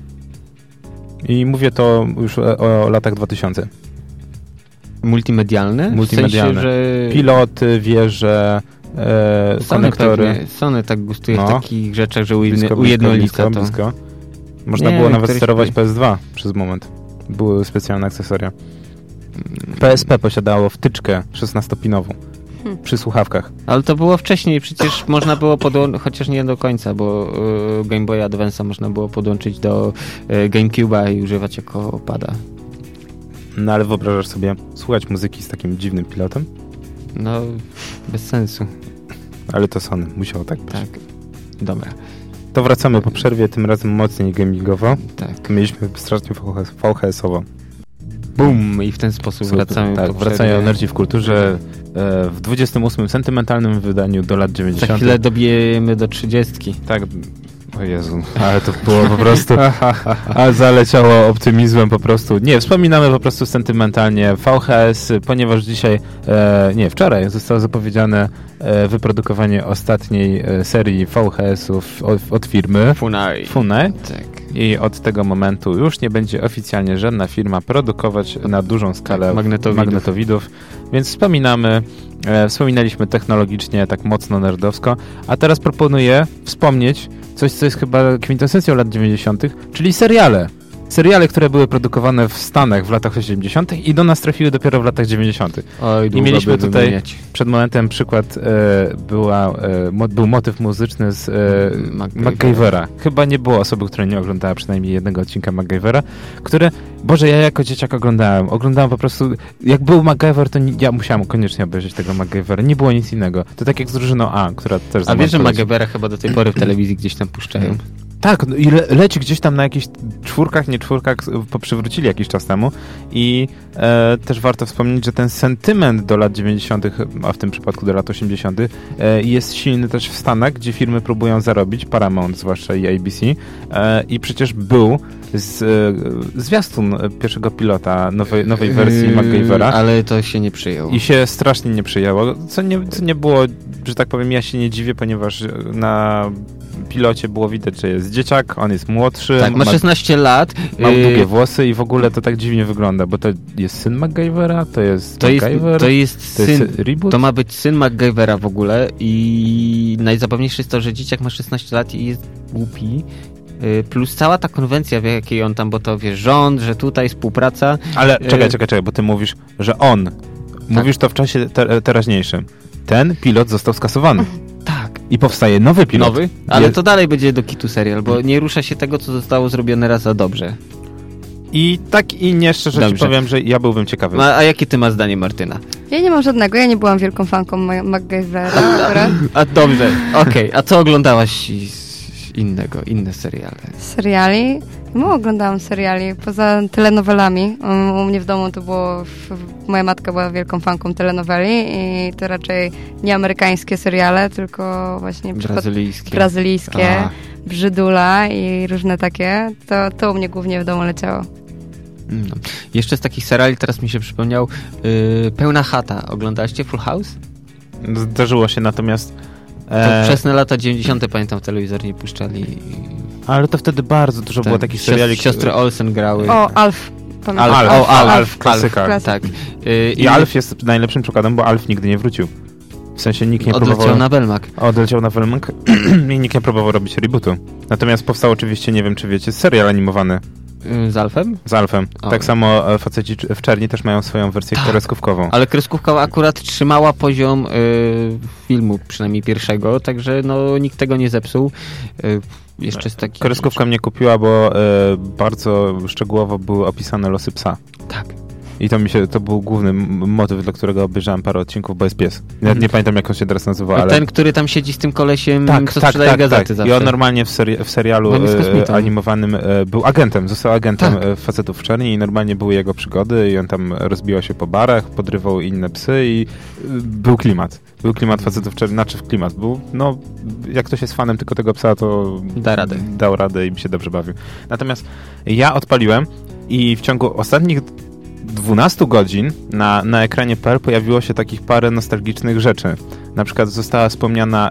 Speaker 2: I mówię to już o latach 2000.
Speaker 1: Multimedialne?
Speaker 2: W sensie, że... Piloty, wieże, konektory.
Speaker 1: Sony tak gustuje w takich rzeczach, że ujednolica to.
Speaker 2: Blisko. Można było nawet sterować PS2 przez moment. Były specjalne akcesoria. PSP posiadało wtyczkę 16-pinową przy słuchawkach.
Speaker 1: Ale to było wcześniej, przecież można było podłączyć, chociaż nie do końca, bo Game Boy Advance'a można było podłączyć do GameCube'a i używać jako pada.
Speaker 2: No ale wyobrażasz sobie słuchać muzyki z takim dziwnym pilotem?
Speaker 1: No, bez sensu.
Speaker 2: Ale to Sony, musiało tak być.
Speaker 1: Tak, dobra.
Speaker 2: To wracamy po przerwie, tym razem mocniej gamingowo.
Speaker 1: Tak.
Speaker 2: Mieliśmy strasznie VHS-owo.
Speaker 1: Bum! I w ten sposób wracamy.
Speaker 2: Tak, wracają Energii w kulturze w 28. sentymentalnym wydaniu do lat 90.
Speaker 1: Za chwilę dobijemy do 30.
Speaker 2: Tak. O Jezu, ale to było po prostu... A zaleciało optymizmem po prostu. Nie, wspominamy po prostu sentymentalnie VHS, ponieważ dzisiaj, wczoraj zostało zapowiedziane wyprodukowanie ostatniej serii VHS-ów od firmy
Speaker 1: Funai.
Speaker 2: Funai.
Speaker 1: Tak.
Speaker 2: i od tego momentu już nie będzie oficjalnie żadna firma produkować na dużą skalę magnetowidów. Więc wspominaliśmy technologicznie, tak mocno nerdowsko, a teraz proponuję wspomnieć coś, co jest chyba kwintesencją lat 90., czyli seriale. Seriale, które były produkowane w Stanach w latach 80. i do nas trafiły dopiero w latach 90. I mieliśmy tutaj przed momentem przykład, był motyw muzyczny z MacGyvera. Chyba nie było osoby, która nie oglądała przynajmniej jednego odcinka MacGyvera, które, Boże, ja jako dzieciak oglądałem po prostu, jak był MacGyver, to ja musiałem koniecznie obejrzeć tego MacGyvera. Nie było nic innego. To tak jak z drużyną A, która też...
Speaker 1: A wiesz, że MacGyvera chyba do tej pory w telewizji gdzieś tam puszczają?
Speaker 2: Tak, no i leci gdzieś tam na jakichś nie czwórkach, poprzywrócili jakiś czas temu i też warto wspomnieć, że ten sentyment do lat 90., a w tym przypadku do lat 80., jest silny też w Stanach, gdzie firmy próbują zarobić, Paramount zwłaszcza i ABC, i przecież był zwiastun pierwszego pilota nowej wersji MacGyvera.
Speaker 1: Ale to się nie przyjęło.
Speaker 2: I się strasznie nie przyjęło, co nie było, że tak powiem, ja się nie dziwię, ponieważ na pilocie było widać, że jest dzieciak, on jest młodszy.
Speaker 1: Tak, ma 16 lat.
Speaker 2: Ma długie włosy i w ogóle to tak dziwnie wygląda, bo to jest syn MacGyvera, to jest MacGyver,
Speaker 1: to jest syn,
Speaker 2: reboot?
Speaker 1: To ma być syn MacGyvera w ogóle i najzabawniejsze jest to, że dzieciak ma 16 lat i jest głupi. Plus cała ta konwencja, w jakiej on tam, bo to wiesz, rząd, że tutaj współpraca.
Speaker 2: Ale czekaj, bo ty mówisz, że on. Tak. Mówisz to w czasie teraźniejszym. Ten pilot został skasowany.
Speaker 1: Tak.
Speaker 2: I powstaje nowy pilot.
Speaker 1: Nowy? Ale to dalej będzie do kitu serial, bo nie rusza się tego, co zostało zrobione raz za dobrze.
Speaker 2: I tak i nie, szczerze ci powiem, że ja byłbym ciekawy.
Speaker 1: A jakie ty masz zdanie, Martyna?
Speaker 3: Ja nie mam żadnego, ja nie byłam wielką fanką MacGyvera.
Speaker 1: A dobrze, okej. A co oglądałaś inne seriale?
Speaker 3: Seriali? Mało oglądałam seriali, poza telenowelami. U mnie w domu to było... Moja matka była wielką fanką telenoweli i to raczej nie amerykańskie seriale, tylko właśnie brazylijskie, Brzydula i różne takie. To u mnie głównie w domu leciało.
Speaker 1: No. Jeszcze z takich seriali teraz mi się przypomniał Pełna chata. Oglądaście Full House?
Speaker 2: Zdarzyło się, natomiast...
Speaker 1: To wczesne lata 90. pamiętam, w telewizor nie puszczali.
Speaker 2: Ale to wtedy bardzo dużo było takich seriali.
Speaker 1: Siostry Olsen grały.
Speaker 3: O, Alf.
Speaker 2: Alf, klasyka.
Speaker 1: Tak.
Speaker 2: I Alf jest najlepszym przykładem, bo Alf nigdy nie wrócił. W sensie nikt nie próbował... Odleciał na Belmak i nikt nie próbował robić rebootu. Natomiast powstał oczywiście, nie wiem czy wiecie, serial animowany.
Speaker 1: Z Alfem?
Speaker 2: Z Alfem. Tak samo faceci w czerni też mają swoją wersję kreskówkową.
Speaker 1: Ale kreskówka akurat trzymała poziom filmu, przynajmniej pierwszego, także no nikt tego nie zepsuł. Jeszcze z takich...
Speaker 2: Kreskówka mnie kupiła, bo bardzo szczegółowo były opisane losy psa.
Speaker 1: Tak.
Speaker 2: I to był główny motyw, dla którego obejrzałem parę odcinków, bo jest pies. Nawet nie pamiętam, jak on się teraz nazywa, ale...
Speaker 1: Ten, który tam siedzi z tym kolesiem, co sprzedaje gazety zawsze.
Speaker 2: I on normalnie w serialu animowanym był agentem, został agentem facetów w czerni i normalnie były jego przygody i on tam rozbijał się po barach, podrywał inne psy i był klimat. Był klimat facetów w czerni, był, no, jak ktoś jest fanem tylko tego psa, to dał radę i mi się dobrze bawił. Natomiast ja odpaliłem i w ciągu ostatnich 12 godzin na ekranie PL pojawiło się takich parę nostalgicznych rzeczy. Na przykład została wspomniana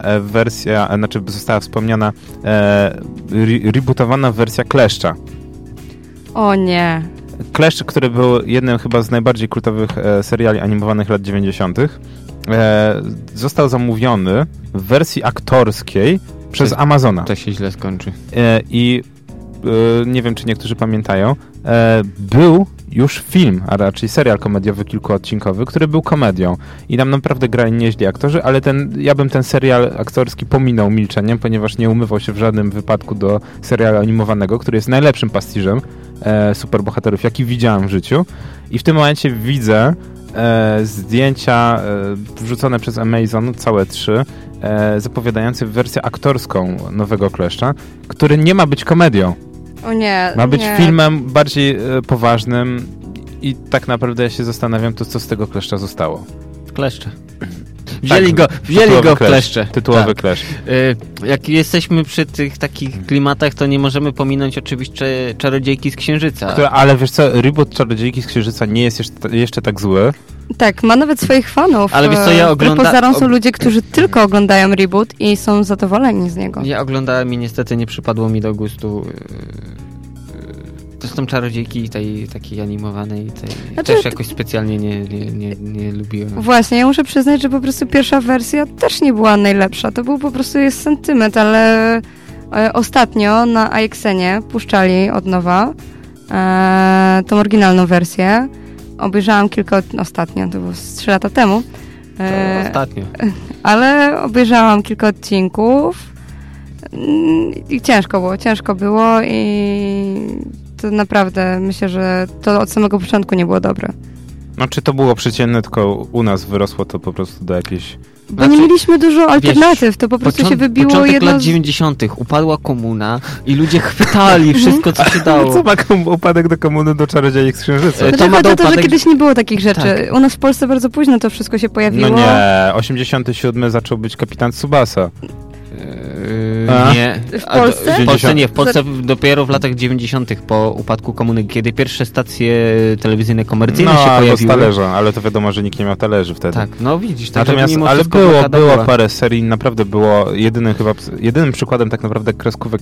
Speaker 2: rebootowana wersja Kleszcza.
Speaker 3: O nie.
Speaker 2: Kleszcz, który był jednym chyba z najbardziej kultowych seriali animowanych lat 90. Został zamówiony w wersji aktorskiej przez Amazona.
Speaker 1: To się źle skończy.
Speaker 2: I nie wiem, czy niektórzy pamiętają, był już film, a raczej serial komediowy kilkuodcinkowy, który był komedią. I tam naprawdę grali nieźli aktorzy, ale ja bym ten serial aktorski pominął milczeniem, ponieważ nie umywał się w żadnym wypadku do serialu animowanego, który jest najlepszym pastiżem superbohaterów, jaki widziałem w życiu. I w tym momencie widzę zdjęcia wrzucone przez Amazon, całe 3, zapowiadające wersję aktorską nowego Kleszcza, który nie ma być komedią.
Speaker 3: O nie.
Speaker 2: Ma być filmem bardziej poważnym i tak naprawdę ja się zastanawiam, to co z tego Kleszcza zostało.
Speaker 1: Kleszcze. Wzięli go w kleszcze.
Speaker 2: Tytułowy kleszcz.
Speaker 1: Jak jesteśmy przy tych takich klimatach, to nie możemy pominąć oczywiście Czarodziejki z Księżyca.
Speaker 2: Ale wiesz co, reboot Czarodziejki z Księżyca nie jest jeszcze tak zły.
Speaker 3: Tak, ma nawet swoich fanów.
Speaker 1: Ale wiesz co, ja
Speaker 3: pozarom są ludzie, którzy tylko oglądają reboot i są zadowoleni z niego.
Speaker 1: Ja oglądałem i niestety nie przypadło mi do gustu zresztą Czarodziejki tej takiej animowanej też jakoś specjalnie nie lubiłem.
Speaker 3: Właśnie, ja muszę przyznać, że po prostu pierwsza wersja też nie była najlepsza. To był po prostu jest sentyment, ale ostatnio na AXN-ie puszczali od nowa tą oryginalną wersję. Obejrzałam ostatnio, to było 3 lata temu.
Speaker 1: Ostatnio.
Speaker 3: Ale obejrzałam kilka odcinków i ciężko było i to naprawdę myślę, że to od samego początku nie było dobre.
Speaker 2: Czy to było przeciętne, tylko u nas wyrosło to po prostu do jakiejś...
Speaker 3: Bo nie mieliśmy dużo alternatyw, to po prostu się wybiło
Speaker 1: początek lat 90. upadła komuna i ludzie chwytali wszystko, co się dało.
Speaker 2: Co ma upadek do komuny do Czarodziejek z Księżyca?
Speaker 3: To ma to, że kiedyś nie było takich rzeczy. Tak. U nas w Polsce bardzo późno to wszystko się pojawiło.
Speaker 2: No nie, 87 zaczął być Kapitan Tsubasa.
Speaker 3: Nie. W Polsce?
Speaker 1: W Polsce nie. W Polsce dopiero w latach 90. po upadku komuny, kiedy pierwsze stacje telewizyjne komercyjne się pojawiły.
Speaker 2: Z talerza, ale to wiadomo, że nikt nie miał talerzy wtedy.
Speaker 1: Tak, no widzisz. Tak,
Speaker 2: natomiast, ale było parę serii, naprawdę było jedynym przykładem tak naprawdę kreskówek,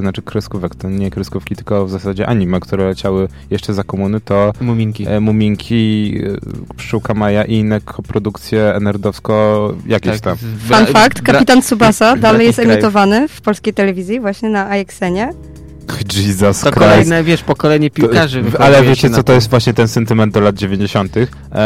Speaker 2: to nie kreskówki, tylko w zasadzie anime, które leciały jeszcze za komuny, to Muminki, Pszczółka Maja i inne koprodukcje nerdowsko jakieś tam.
Speaker 3: Fun fact, Kapitan Tsubasa dalej jest emitowany w polskiej telewizji właśnie na AXN-ie.
Speaker 2: Jesus Christ.
Speaker 1: To kolejne, pokolenie piłkarzy.
Speaker 2: Ale wiecie, co to jest właśnie ten sentyment do lat 90.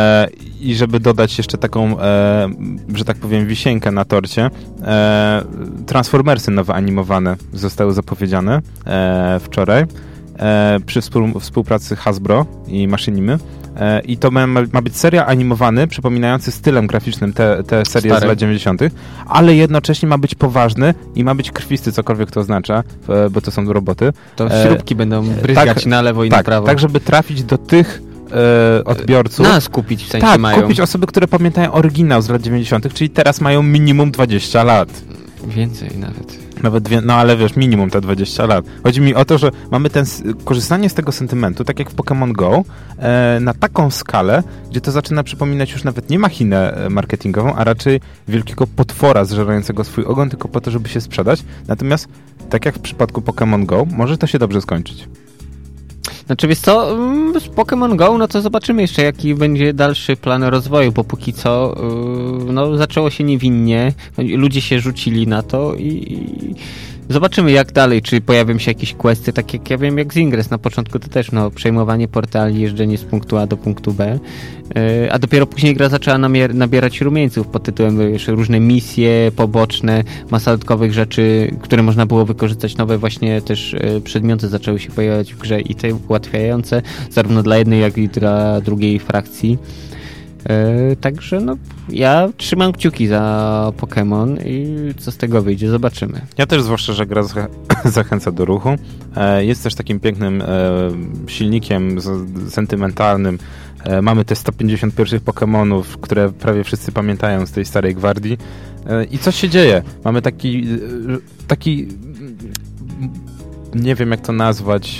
Speaker 2: I żeby dodać jeszcze taką, że tak powiem, wisienkę na torcie, Transformersy nowe animowane zostały zapowiedziane wczoraj przy współpracy Hasbro i Machinimy. I to ma być seria animowany, przypominający stylem graficznym te serie z lat 90., ale jednocześnie ma być poważny i ma być krwisty, cokolwiek to oznacza, bo to są roboty.
Speaker 1: To śrubki będą bryzgać na lewo i na prawo.
Speaker 2: Tak, żeby trafić do tych odbiorców.
Speaker 1: Nas kupić w sensie mają.
Speaker 2: Kupić osoby, które pamiętają oryginał z lat 90., czyli teraz mają minimum 20 lat.
Speaker 1: Więcej nawet.
Speaker 2: Ale wiesz, minimum te 20 lat. Chodzi mi o to, że mamy korzystanie z tego sentymentu, tak jak w Pokémon Go, na taką skalę, gdzie to zaczyna przypominać już nawet nie machinę marketingową, a raczej wielkiego potwora zżerającego swój ogon tylko po to, żeby się sprzedać. Natomiast, tak jak w przypadku Pokémon Go, może to się dobrze skończyć.
Speaker 1: Znaczy, wiesz co, z Pokémon Go, no to zobaczymy jeszcze, jaki będzie dalszy plan rozwoju, bo póki co zaczęło się niewinnie, ludzie się rzucili na to i zobaczymy jak dalej, czy pojawią się jakieś questy, tak jak ja wiem, jak z Ingress na początku to też, przejmowanie portali, jeżdżenie z punktu A do punktu B, a dopiero później gra zaczęła nabierać rumieńców pod tytułem różne misje poboczne, masa dodatkowych rzeczy, które można było wykorzystać, nowe właśnie też przedmioty zaczęły się pojawiać w grze i te ułatwiające, zarówno dla jednej, jak i dla drugiej frakcji. Także ja trzymam kciuki za Pokémon i co z tego wyjdzie, zobaczymy.
Speaker 2: Ja też, zwłaszcza, że gra zachęca do ruchu. Jest też takim pięknym silnikiem sentymentalnym. Mamy te 151 Pokémonów, które prawie wszyscy pamiętają z tej starej gwardii. I coś się dzieje. Mamy taki nie wiem jak to nazwać,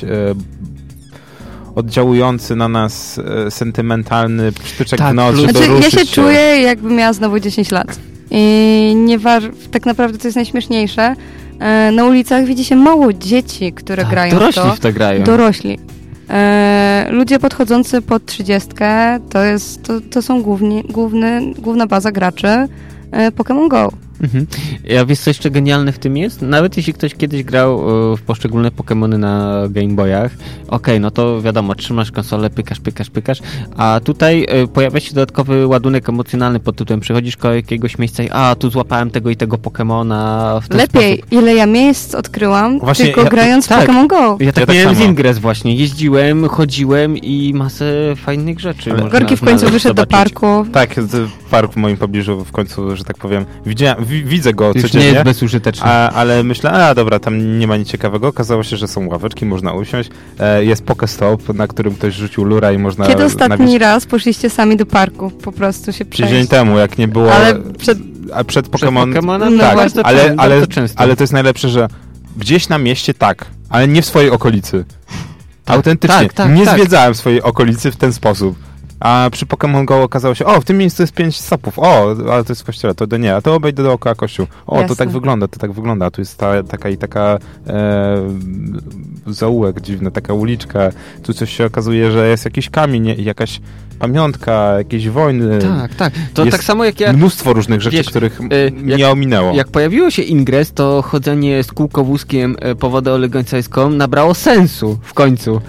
Speaker 2: oddziałujący na nas sentymentalny sztyczek w nocy.
Speaker 3: Ja się czuję, jakbym miała znowu 10 lat. I tak naprawdę to jest najśmieszniejsze. Na ulicach widzi się mało dzieci, które grają
Speaker 1: dorośli w to grają.
Speaker 3: Dorośli. Ludzie podchodzący pod 30 to są główna baza graczy Pokémon Go.
Speaker 1: Ja wiesz, co jeszcze genialne w tym jest? Nawet jeśli ktoś kiedyś grał w poszczególne Pokemony na Game Boyach, no to wiadomo, trzymasz konsolę, pykasz, a tutaj pojawia się dodatkowy ładunek emocjonalny pod tytułem przychodzisz koło jakiegoś miejsca i tu złapałem tego i tego Pokemona w ten
Speaker 3: lepiej,
Speaker 1: sposób.
Speaker 3: Ile ja miejsc odkryłam, właśnie tylko grając w Pokémon Go.
Speaker 1: Ja tak miałem z Ingress właśnie. Jeździłem, chodziłem i masę fajnych rzeczy.
Speaker 3: Gorki w końcu wyszedł do parku.
Speaker 2: Tak, park w moim pobliżu w końcu, że tak powiem, widzę go
Speaker 1: już
Speaker 2: codziennie.
Speaker 1: Nie jest bezużyteczny.
Speaker 2: Ale myślę, dobra, tam nie ma nic ciekawego. Okazało się, że są ławeczki, można usiąść. Jest Pokestop, na którym ktoś rzucił lura i można...
Speaker 3: Kiedy ostatni raz poszliście sami do parku? Po prostu się przejść?
Speaker 2: Tydzień temu, jak nie było...
Speaker 3: Ale
Speaker 2: przed Pokemonem?
Speaker 1: Tak,
Speaker 2: ale to jest najlepsze, że gdzieś na mieście ale nie w swojej okolicy. Autentycznie. Nie zwiedzałem swojej okolicy w ten sposób. A przy Pokémon Go okazało się, w tym miejscu jest 5 sapów, ale to jest w kościele, to nie, a to obejdę dookoła kościół. To tak wygląda, a tu jest taka zaułek dziwny, taka uliczka, tu coś się okazuje, że jest jakiś kamień, jakaś pamiątka, jakieś wojny.
Speaker 1: Tak. To jest tak samo jak ja...
Speaker 2: mnóstwo różnych rzeczy, których nie ominęło.
Speaker 1: Jak pojawiło się Ingress, to chodzenie z kółkowózkiem po wodę olegońcajską nabrało sensu w końcu.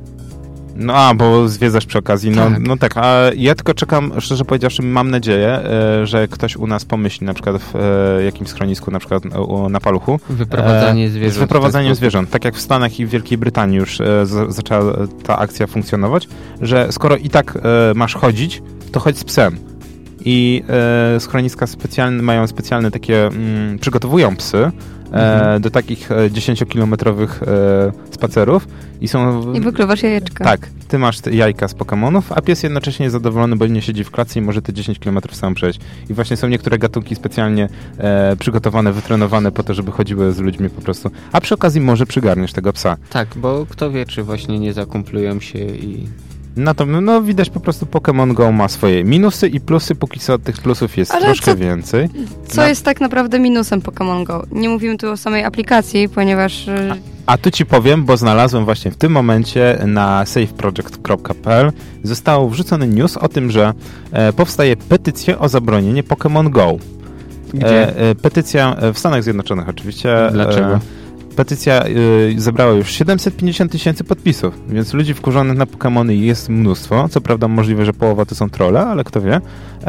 Speaker 2: Bo zwiedzasz przy okazji. Tak, a ja tylko czekam, szczerze powiedziawszy, mam nadzieję, że ktoś u nas pomyśli, na przykład w jakimś schronisku, na przykład na Paluchu.
Speaker 1: Wyprowadzanie zwierząt.
Speaker 2: Z wyprowadzaniem zwierząt. Tak jak w Stanach i w Wielkiej Brytanii już zaczęła ta akcja funkcjonować, że skoro i tak masz chodzić, to chodź z psem. I schroniska mają specjalne takie, przygotowują psy do takich 10-kilometrowych spacerów i
Speaker 3: wykluwasz jajeczka.
Speaker 2: Tak, ty masz te jajka z Pokemonów, a pies jednocześnie jest zadowolony, bo nie siedzi w klatce i może te 10 km sam przejść. I właśnie są niektóre gatunki specjalnie przygotowane, wytrenowane po to, żeby chodziły z ludźmi po prostu. A przy okazji może przygarniesz tego psa.
Speaker 1: Tak, bo kto wie, czy właśnie nie zakumplują się i...
Speaker 2: Widać po prostu Pokémon Go ma swoje minusy i plusy, póki co tych plusów jest troszkę więcej.
Speaker 3: Co jest tak naprawdę minusem Pokémon Go? Nie mówimy tu o samej aplikacji, ponieważ...
Speaker 2: A tu ci powiem, bo znalazłem właśnie w tym momencie na safeproject.pl został wrzucony news o tym, że powstaje petycja o zabronienie Pokémon Go.
Speaker 1: Gdzie?
Speaker 2: Petycja w Stanach Zjednoczonych oczywiście.
Speaker 1: Dlaczego?
Speaker 2: Petycja zebrała już 750 000 podpisów, więc ludzi wkurzonych na Pokémony jest mnóstwo. Co prawda możliwe, że połowa to są trolle, ale kto wie.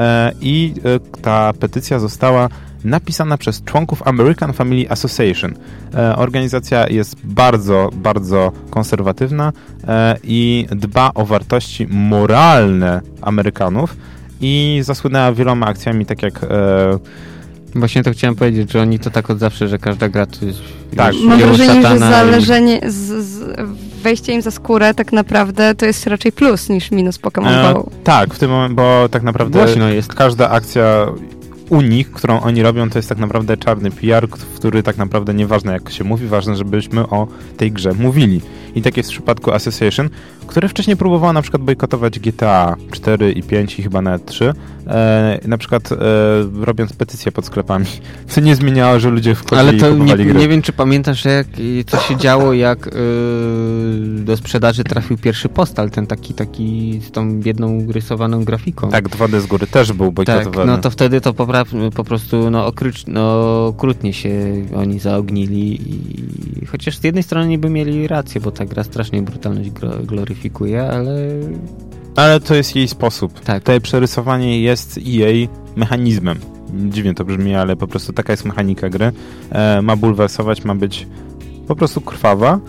Speaker 2: I ta petycja została napisana przez członków American Family Association. Organizacja jest bardzo, bardzo konserwatywna i dba o wartości moralne Amerykanów i zasłynęła wieloma akcjami, tak jak...
Speaker 1: Właśnie to chciałem powiedzieć, że oni to tak od zawsze, że każda gra to jest...
Speaker 2: Tak.
Speaker 3: Mam wrażenie, że zależenie, wejście im za skórę tak naprawdę to jest raczej plus niż minus Pokémon Go.
Speaker 2: Tak, w tym momencie, bo tak naprawdę każda akcja u nich, którą oni robią, to jest tak naprawdę czarny PR, który tak naprawdę nieważne jak się mówi, ważne, żebyśmy o tej grze mówili. I tak jest w przypadku Association, które wcześniej próbowało na przykład bojkotować GTA 4 i 5 i chyba nawet 3, na przykład robiąc petycje pod sklepami, co nie zmieniało, że ludzie wchodzili i kupowali gry.
Speaker 1: Nie wiem, czy pamiętasz, co się działo, jak do sprzedaży trafił pierwszy Postal, ten taki z tą biedną rysowaną grafiką.
Speaker 2: Tak, 2D z góry też był bojkotowany.
Speaker 1: Tak, to wtedy to po prostu okrutnie się oni zaognili i chociaż z jednej strony niby mieli rację, bo ta gra strasznie brutalność gloryfikuje, ale
Speaker 2: to jest jej sposób.
Speaker 1: Tak.
Speaker 2: To przerysowanie jest jej mechanizmem. Dziwnie to brzmi, ale po prostu taka jest mechanika gry. Ma bulwersować, ma być po prostu krwawa.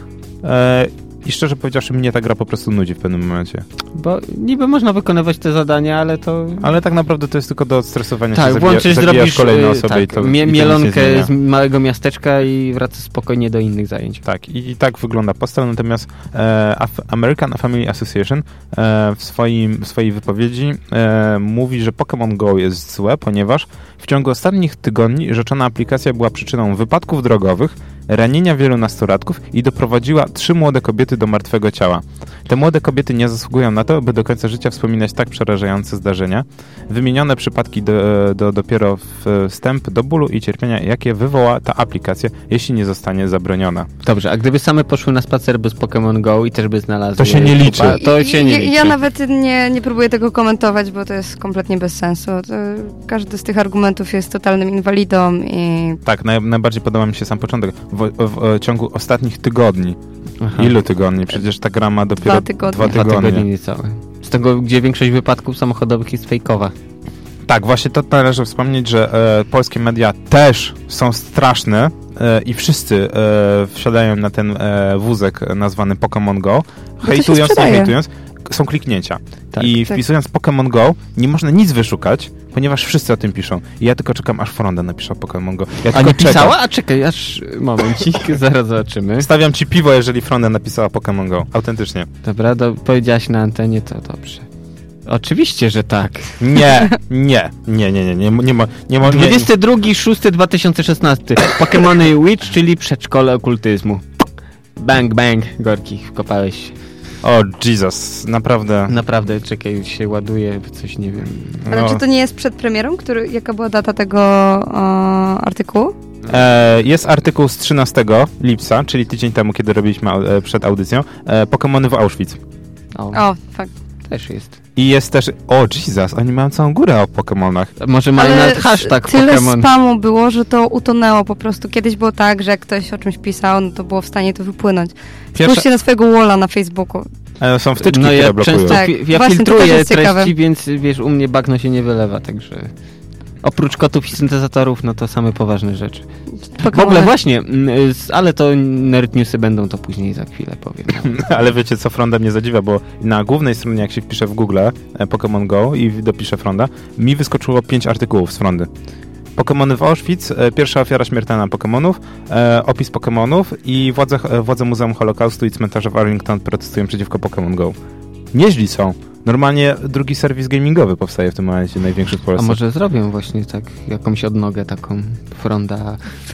Speaker 2: I szczerze powiedziawszy, mnie ta gra po prostu nudzi w pewnym momencie.
Speaker 1: Bo niby można wykonywać te zadania, ale to...
Speaker 2: Ale tak naprawdę to jest tylko do odstresowania się,
Speaker 1: zrobisz
Speaker 2: kolejne osoby i to
Speaker 1: mielonkę z małego miasteczka i wracasz spokojnie do innych zajęć.
Speaker 2: Tak, i tak wygląda Postal, natomiast American Family Association w swojej wypowiedzi mówi, że Pokémon Go jest złe, ponieważ w ciągu ostatnich tygodni rzeczona aplikacja była przyczyną wypadków drogowych, ranienia wielu nastolatków i doprowadziła 3 młode kobiety do martwego ciała. Te młode kobiety nie zasługują na to, by do końca życia wspominać tak przerażające zdarzenia. Wymienione przypadki dopiero wstęp do bólu i cierpienia, jakie wywoła ta aplikacja, jeśli nie zostanie zabroniona.
Speaker 1: Dobrze, a gdyby same poszły na spacer bez Pokémon Go i też by znalazły...
Speaker 2: To się nie liczy.
Speaker 3: Ja nawet nie próbuję tego komentować, bo to jest kompletnie bez sensu. Każdy z tych argumentów jest totalnym inwalidą i...
Speaker 2: Tak, najbardziej podoba mi się sam początek. W ciągu ostatnich tygodni.
Speaker 1: Aha.
Speaker 2: Ilu tygodni? Przecież ta gra ma dopiero 2 tygodnie.
Speaker 1: Niecałe. Z tego, gdzie większość wypadków samochodowych jest fejkowa.
Speaker 2: Tak, właśnie to należy wspomnieć, że polskie media też są straszne i wszyscy wsiadają na ten wózek nazwany Pokémon Go, hejtując, nie hejtując. Są kliknięcia. Tak, i wpisując Pokémon Go nie można nic wyszukać, ponieważ wszyscy o tym piszą. I ja tylko czekam, aż Fronda napisze o Pokémon Go.
Speaker 1: A nie pisała? A czekaj, aż momencik, zaraz zobaczymy.
Speaker 2: Stawiam ci piwo, jeżeli Fronda napisała Pokémon Go. Autentycznie.
Speaker 1: Dobra, powiedziałaś na antenie, to dobrze. Oczywiście, że tak.
Speaker 2: Nie ma.
Speaker 1: 22.06.2016. Pokémony Witch, czyli przedszkole okultyzmu. Bang, bang, Gorki, wkopałeś się.
Speaker 2: O, Jesus, naprawdę.
Speaker 1: Naprawdę, czekaj, się ładuje, coś nie wiem.
Speaker 3: Ale czy to nie jest przed premierą? Jaka była data tego artykułu?
Speaker 2: Jest artykuł z 13 lipca, czyli tydzień temu, kiedy robiliśmy przed audycją, Pokemony w Auschwitz.
Speaker 3: O, fakt.
Speaker 1: Też jest.
Speaker 2: I jest też... O, Jesus, oni mają całą górę o Pokemonach.
Speaker 1: Może mają nawet hashtag
Speaker 3: tyle
Speaker 1: Pokemon.
Speaker 3: spamu było, że to utonęło po prostu. Kiedyś było tak, że jak ktoś o czymś pisał, no to było w stanie to wypłynąć. Spójrzcie na swojego walla na Facebooku.
Speaker 2: Są wtyczki,
Speaker 1: no
Speaker 2: które blokują.
Speaker 1: Często
Speaker 3: Tak,
Speaker 1: ja
Speaker 3: właśnie,
Speaker 1: filtruję treści,
Speaker 3: ciekawe.
Speaker 1: więc wiesz, u mnie bagno się nie wylewa, także... Oprócz kotów i syntezatorów, no to same poważne rzeczy. W ogóle właśnie, ale to nerd newsy będą, to później za chwilę powiem.
Speaker 2: Ale wiecie co, Fronda mnie zadziwia, bo na głównej stronie, jak się wpisze w Google Pokémon Go i dopisze Fronda, mi wyskoczyło 5 artykułów z Frondy. Pokemony w Auschwitz, pierwsza ofiara śmiertelna Pokemonów, opis Pokemonów i władze Muzeum Holokaustu i cmentarza w Arlington protestują przeciwko Pokémon Go. Nieźli są. Normalnie drugi serwis gamingowy powstaje w tym momencie, największy w Polsce.
Speaker 1: A może zrobią właśnie tak jakąś odnogę taką Fronda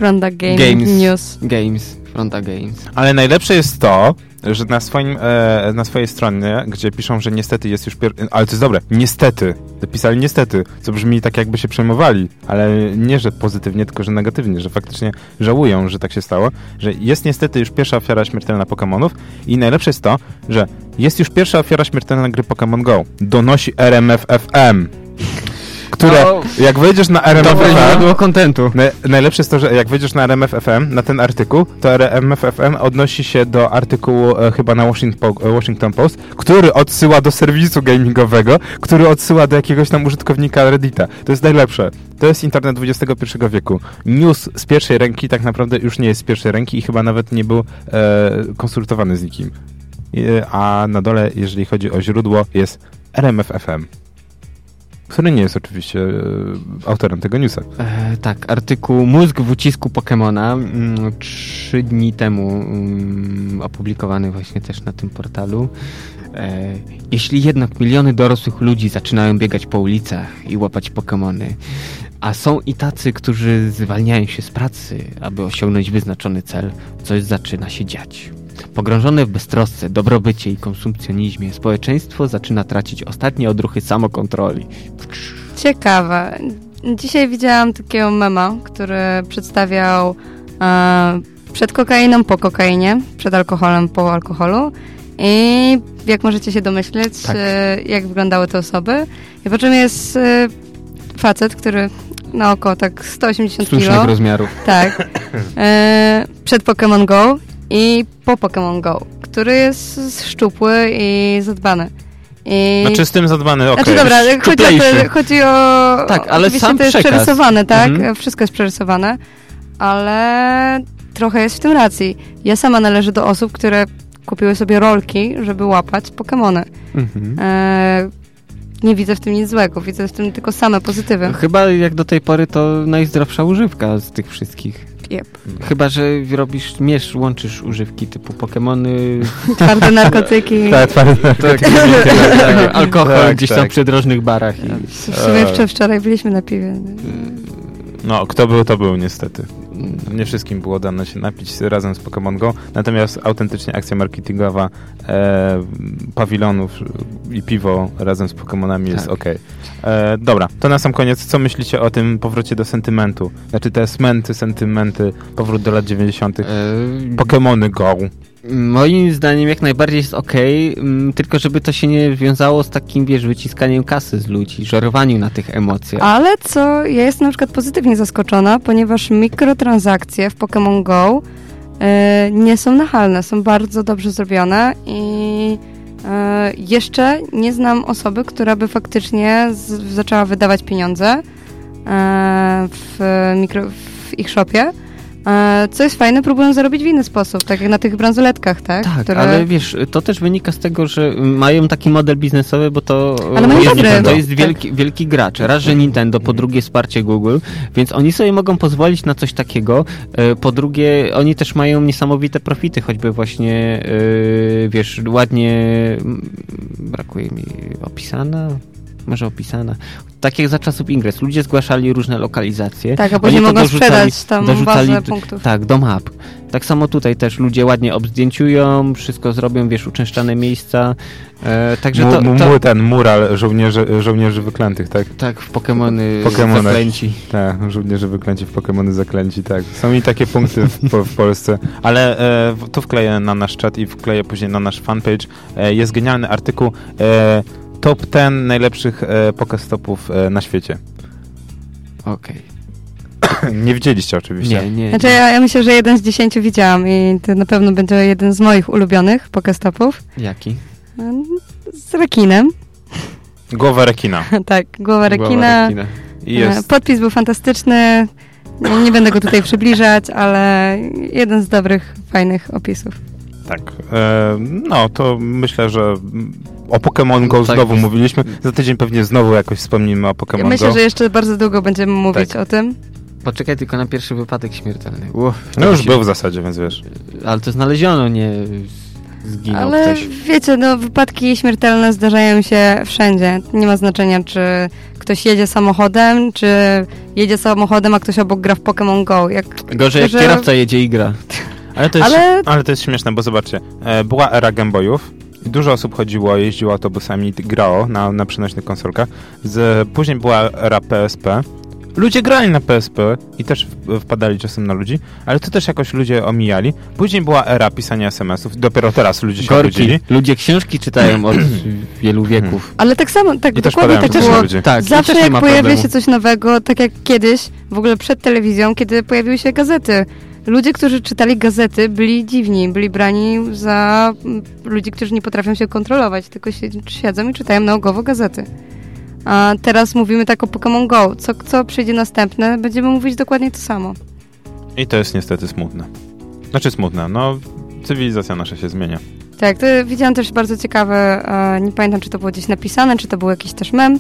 Speaker 3: News.
Speaker 1: Fronda Games.
Speaker 2: Ale najlepsze jest to, że na swojej stronie, gdzie piszą, że niestety jest już ale to jest dobre, niestety. Dopisali niestety, co brzmi tak jakby się przejmowali, ale nie, że pozytywnie, tylko że negatywnie, że faktycznie żałują, że tak się stało, że jest niestety już pierwsza ofiara śmiertelna Pokemonów i najlepsze jest to, że jest już pierwsza ofiara śmiertelna gry Pokémon Go. Donosi RMF FM. Które, jak wejdziesz na RMF FM...
Speaker 1: było kontentu.
Speaker 2: Najlepsze jest to, że jak wejdziesz na RMF FM, na ten artykuł, to RMF FM odnosi się do artykułu chyba na Washington Post, który odsyła do serwisu gamingowego, który odsyła do jakiegoś tam użytkownika Reddita. To jest najlepsze. To jest internet XXI wieku. News z pierwszej ręki tak naprawdę już nie jest z pierwszej ręki i chyba nawet nie był konsultowany z nikim. A na dole, jeżeli chodzi o źródło, jest RMF FM. Który nie jest oczywiście autorem tego newsa.
Speaker 1: Tak, artykuł Mózg w ucisku Pokemona 3 dni temu opublikowany właśnie też na tym portalu. Jeśli jednak miliony dorosłych ludzi zaczynają biegać po ulicach i łapać Pokemony, a są i tacy, którzy zwalniają się z pracy, aby osiągnąć wyznaczony cel, coś zaczyna się dziać. Pogrążone w beztrosce, dobrobycie i konsumpcjonizmie, społeczeństwo zaczyna tracić ostatnie odruchy samokontroli.
Speaker 3: Ciekawe. Dzisiaj widziałam takiego mema, który przedstawiał przed kokainą, po kokainie, przed alkoholem, po alkoholu i jak możecie się domyśleć,
Speaker 1: tak.
Speaker 3: Jak wyglądały te osoby. I po czym jest facet, który na oko tak 180 kg.
Speaker 1: Słusznych rozmiarów.
Speaker 3: Tak. Przed Pokémon Go i po Pokémon Go, który jest szczupły i zadbany.
Speaker 2: Znaczy z tym zadbany, okej.
Speaker 3: Znaczy dobra, chodzi o...
Speaker 1: Tak, ale sam
Speaker 3: to jest
Speaker 1: przekaz.
Speaker 3: przerysowane, tak? Wszystko jest przerysowane, ale trochę jest w tym racji. Ja sama należę do osób, które kupiły sobie rolki, żeby łapać Pokemony. Nie widzę w tym nic złego, widzę w tym tylko same pozytywy.
Speaker 1: Chyba jak do tej pory to najzdrowsza używka z tych wszystkich.
Speaker 3: Yep.
Speaker 1: Chyba, że łączysz używki typu Pokemony...
Speaker 3: Twarde narkotyki.
Speaker 2: Tak, twarde narkotyki.
Speaker 1: Alkohol gdzieś tam przy drożnych barach.
Speaker 3: W sumie wczoraj byliśmy na piwie.
Speaker 2: No, kto był, to był niestety. Nie wszystkim było dane się napić razem z Pokémon Go, natomiast autentycznie akcja marketingowa pawilonów i piwo razem z Pokémonami jest okej. Dobra, to na sam koniec, co myślicie o tym powrocie do sentymentu? Znaczy te sentymenty, powrót do lat 90. Pokémony Go.
Speaker 1: Moim zdaniem jak najbardziej jest okej, tylko żeby to się nie wiązało z takim, wyciskaniem kasy z ludzi, żerowaniem na tych emocjach.
Speaker 3: Ale ja jestem na przykład pozytywnie zaskoczona, ponieważ mikrotransakcje w Pokémon Go nie są nachalne, są bardzo dobrze zrobione i jeszcze nie znam osoby, która by faktycznie zaczęła wydawać pieniądze w ich shopie. Co jest fajne, próbują zarobić w inny sposób, tak jak na tych bransoletkach, tak?
Speaker 1: Tak, ale to też wynika z tego, że mają taki model biznesowy, bo to jest wielki gracz. Raz, że Nintendo, po drugie wsparcie Google, więc oni sobie mogą pozwolić na coś takiego. Po drugie, oni też mają niesamowite profity, choćby właśnie, ładnie, brakuje mi opisana... może opisana. Tak jak za czasów Ingress. Ludzie zgłaszali różne lokalizacje.
Speaker 3: Tak, a później mogą sprzedać tam bazę punktów.
Speaker 1: Tak, do map. Tak samo tutaj też ludzie ładnie obzdjęciują, wszystko zrobią, wiesz, uczęszczane miejsca. Także
Speaker 2: ten mural żołnierzy wyklętych, tak?
Speaker 1: Tak, w Pokemony zaklęci.
Speaker 2: Tak, żołnierze wyklęci w Pokemony zaklęci, tak. Są i takie punkty w Polsce. Ale tu wkleję na nasz czat i wkleję później na nasz fanpage. Jest genialny artykuł Top 10 najlepszych pokestopów na świecie.
Speaker 1: Okej.
Speaker 2: Nie widzieliście oczywiście.
Speaker 1: Nie.
Speaker 3: Znaczy ja myślę, że 1 z 10 widziałam i to na pewno będzie jeden z moich ulubionych pokestopów.
Speaker 1: Jaki?
Speaker 3: Z rekinem.
Speaker 2: Głowa rekina.
Speaker 3: Tak, głowa rekina. Podpis był fantastyczny. Nie będę go tutaj przybliżać, ale jeden z dobrych, fajnych opisów.
Speaker 2: Tak. No, to myślę, że o Pokémon Go znowu mówiliśmy. Za tydzień pewnie znowu jakoś wspomnimy o Pokémon Go.
Speaker 3: Myślę, że jeszcze bardzo długo będziemy mówić o tym.
Speaker 1: Poczekaj tylko na pierwszy wypadek śmiertelny.
Speaker 2: No już był w zasadzie, więc wiesz.
Speaker 1: Ale to znaleziono, nie zginął
Speaker 3: ale
Speaker 1: ktoś.
Speaker 3: Wiecie, no wypadki śmiertelne zdarzają się wszędzie. Nie ma znaczenia, czy ktoś jedzie samochodem, czy jedzie samochodem, a ktoś obok gra w Pokémon Go.
Speaker 1: Gorzej jak kierowca jedzie i gra.
Speaker 2: Ale to jest śmieszne, bo zobaczcie, była era Game Boyów, dużo osób jeździło autobusami, grało na przenośnych konsolkach. Później była era PSP. Ludzie grali na PSP i też wpadali czasem na ludzi, ale to też jakoś ludzie omijali. Później była era pisania SMS-ów, dopiero teraz ludzie się obudzili.
Speaker 1: Ludzie książki czytają od wielu wieków.
Speaker 3: Ale tak samo, tak
Speaker 2: i
Speaker 3: dokładnie tak było.
Speaker 1: Tak,
Speaker 3: zawsze jak pojawia się coś nowego, tak jak kiedyś, w ogóle przed telewizją, kiedy pojawiły się gazety. Ludzie, którzy czytali gazety, byli dziwni, byli brani za ludzi, którzy nie potrafią się kontrolować, tylko siedzą i czytają naokoło gazety. A teraz mówimy tak o Pokémon Go. Co przyjdzie następne, będziemy mówić dokładnie to samo.
Speaker 2: I to jest niestety smutne. Znaczy smutne, no cywilizacja nasza się zmienia.
Speaker 3: Tak, to widziałam też bardzo ciekawe, nie pamiętam, czy to było gdzieś napisane, czy to był jakiś też mem,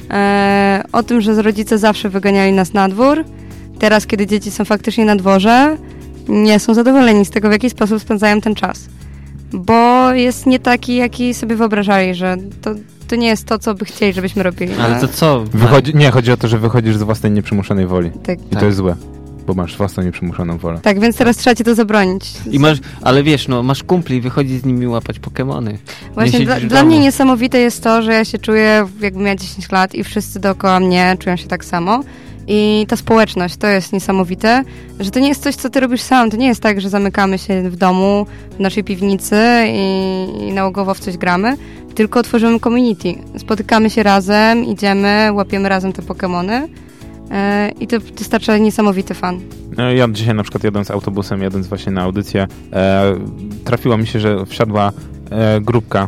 Speaker 3: o tym, że rodzice zawsze wyganiali nas na dwór. Teraz, kiedy dzieci są faktycznie na dworze, nie są zadowoleni z tego, w jaki sposób spędzają ten czas. Bo jest nie taki, jaki sobie wyobrażali, że to nie jest to, co by chcieli, żebyśmy robili.
Speaker 1: Ale to co?
Speaker 2: Chodzi o to, że wychodzisz z własnej nieprzymuszonej woli.
Speaker 3: Tak.
Speaker 2: I to jest złe, bo masz własną nieprzymuszoną wolę.
Speaker 3: Tak, więc teraz trzeba ci to zabronić.
Speaker 1: Ale wiesz, masz kumpli i wychodzi z nimi łapać Pokemony.
Speaker 3: Właśnie dla mnie niesamowite jest to, że ja się czuję, jakbym miała 10 lat i wszyscy dookoła mnie czują się tak samo. I ta społeczność, to jest niesamowite, że to nie jest coś, co ty robisz sam. To nie jest tak, że zamykamy się w domu, w naszej piwnicy i nałogowo w coś gramy, tylko tworzymy community. Spotykamy się razem, idziemy, łapiemy razem te Pokemony i to dostarcza niesamowity fan.
Speaker 2: Ja dzisiaj na przykład jadąc autobusem, jadąc właśnie na audycję, trafiło mi się, że wsiadła grupka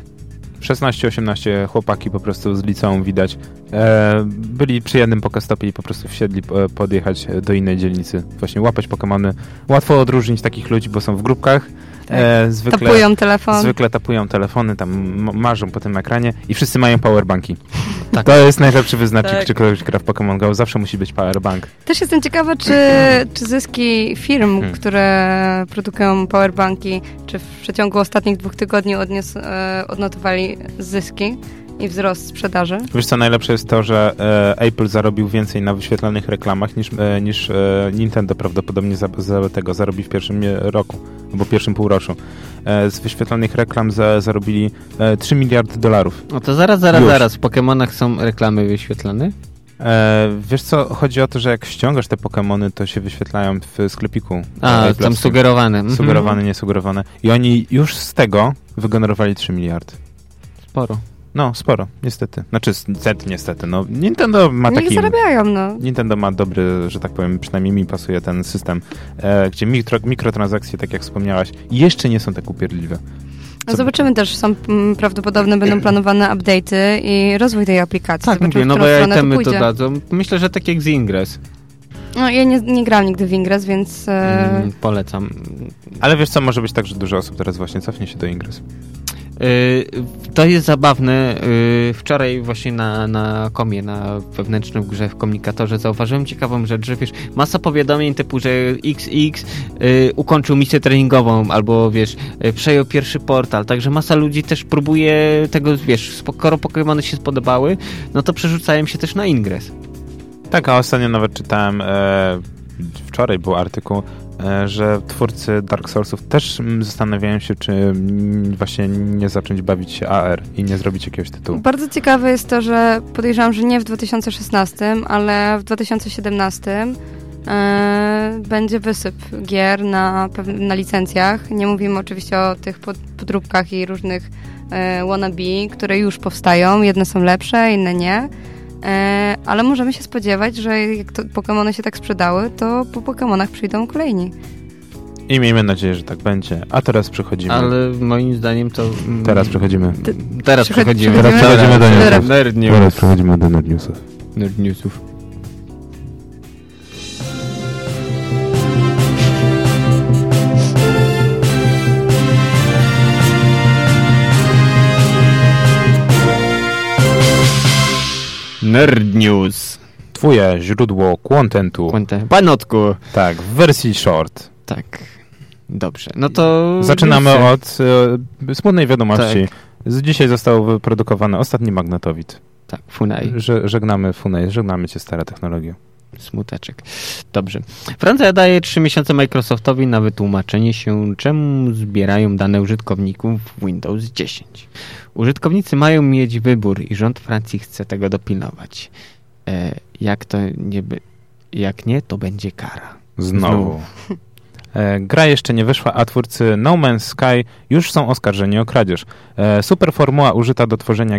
Speaker 2: 16-18 chłopaki po prostu z liceum widać. Byli przy jednym pokestopie i po prostu wsiedli podjechać do innej dzielnicy. Właśnie łapać Pokemony. Łatwo odróżnić takich ludzi, bo są w grupkach.
Speaker 3: Tak. Tapują telefon.
Speaker 2: Zwykle tapują telefony, tam marzą po tym ekranie i wszyscy mają powerbanki.
Speaker 1: Tak.
Speaker 2: To jest najlepszy wyznacznik, czy ktoś gra w Pokémon Go. Zawsze musi być powerbank.
Speaker 3: Też jestem ciekawa, czy zyski firm, które produkują powerbanki, czy w przeciągu ostatnich 2 tygodni odnotowali zyski i wzrost sprzedaży.
Speaker 2: Wiesz co, najlepsze jest to, że Apple zarobił więcej na wyświetlanych reklamach niż Nintendo prawdopodobnie zarobi w pierwszym roku, albo pierwszym półroczu. Z wyświetlanych reklam zarobili $3 miliardy.
Speaker 1: No to zaraz. W Pokemonach są reklamy wyświetlane?
Speaker 2: Wiesz co, chodzi o to, że jak ściągasz te Pokemony, to się wyświetlają w sklepiku.
Speaker 1: Tam sugerowane.
Speaker 2: Sugerowane, niesugerowane. I oni już z tego wygenerowali 3 miliardy.
Speaker 1: Sporo.
Speaker 2: No, sporo, niestety. Znaczy, niestety, no. Nintendo ma taki...
Speaker 3: Niech zarabiają, no.
Speaker 2: Nintendo ma dobry, że tak powiem, przynajmniej mi pasuje ten system, gdzie mikrotransakcje, tak jak wspomniałaś, jeszcze nie są tak upierdliwe.
Speaker 3: Zobaczymy też, prawdopodobnie będą planowane update'y i rozwój tej aplikacji.
Speaker 1: Tak, mówię, nowe itemy dodadzą. Myślę, że tak jak z Ingress.
Speaker 3: No, ja nie grałam nigdy w Ingress, więc...
Speaker 1: Polecam.
Speaker 2: Ale wiesz co, może być tak, że dużo osób teraz właśnie cofnie się do Ingress.
Speaker 1: To jest zabawne. Wczoraj właśnie na komie, na wewnętrznym grze w komunikatorze zauważyłem ciekawą rzecz, że wiesz, masa powiadomień typu, że XX ukończył misję treningową albo wiesz, przejął pierwszy portal, także masa ludzi też próbuje tego, wiesz, skoro Pokémony się spodobały, no to przerzucają się też na Ingress.
Speaker 2: Tak, a ostatnio nawet czytałem, wczoraj był artykuł, że twórcy Dark Soulsów też zastanawiają się, czy właśnie nie zacząć bawić się AR i nie zrobić jakiegoś tytułu.
Speaker 3: Bardzo ciekawe jest to, że podejrzewam, że nie w 2016, ale w 2017 będzie wysyp gier na licencjach. Nie mówimy oczywiście o tych podróbkach i różnych wannabe, które już powstają. Jedne są lepsze, inne nie. Ale możemy się spodziewać, że jak Pokémony się tak sprzedały, to po Pokémonach przyjdą kolejni.
Speaker 2: I miejmy nadzieję, że tak będzie. A teraz przechodzimy.
Speaker 1: Ale moim zdaniem to...
Speaker 2: Teraz przechodzimy.
Speaker 1: Teraz przechodzimy
Speaker 2: do newsów.
Speaker 1: Nerd News.
Speaker 2: Teraz przechodzimy do Nerd Newsów.
Speaker 1: Nerd Newsów. Nerd News.
Speaker 2: Twoje źródło kontentu.
Speaker 1: Panotku.
Speaker 2: Tak, w wersji short.
Speaker 1: Tak. Dobrze. No to...
Speaker 2: Zaczynamy od smutnej wiadomości.
Speaker 1: Tak.
Speaker 2: Dzisiaj został wyprodukowany ostatni magnetowid.
Speaker 1: Tak, Funai.
Speaker 2: Żegnamy Funai, żegnamy cię, stara technologia.
Speaker 1: Smuteczek. Dobrze. Francja daje 3 miesiące Microsoftowi na wytłumaczenie się, czemu zbierają dane użytkowników w Windows 10. Użytkownicy mają mieć wybór i rząd Francji chce tego dopilnować. Jak nie, to będzie kara.
Speaker 2: Znowu. Gra jeszcze nie wyszła, a twórcy No Man's Sky już są oskarżeni o kradzież. Superformuła użyta do tworzenia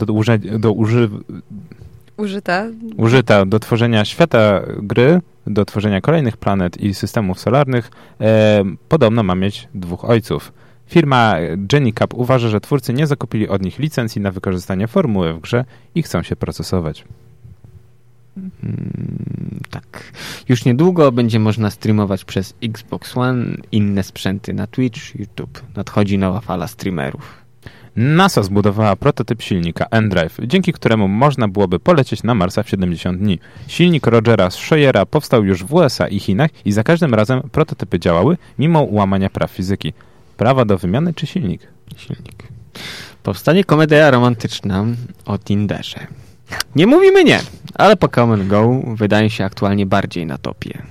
Speaker 2: użyta do tworzenia świata gry, do tworzenia kolejnych planet i systemów solarnych, podobno ma mieć 2 ojców. Firma GeniCap uważa, że twórcy nie zakupili od nich licencji na wykorzystanie formuły w grze i chcą się procesować.
Speaker 1: Tak. Już niedługo będzie można streamować przez Xbox One, inne sprzęty na Twitch, YouTube. Nadchodzi nowa fala streamerów.
Speaker 2: NASA zbudowała prototyp silnika N-Drive, dzięki któremu można byłoby polecieć na Marsa w 70 dni. Silnik Rogera Scheyera powstał już w USA i Chinach i za każdym razem prototypy działały, mimo łamania praw fizyki. Prawa do wymiany czy silnik?
Speaker 1: Silnik. Powstanie komedia romantyczna o Tinderze. Nie mówimy nie, ale Pokémon Go wydaje się aktualnie bardziej na topie.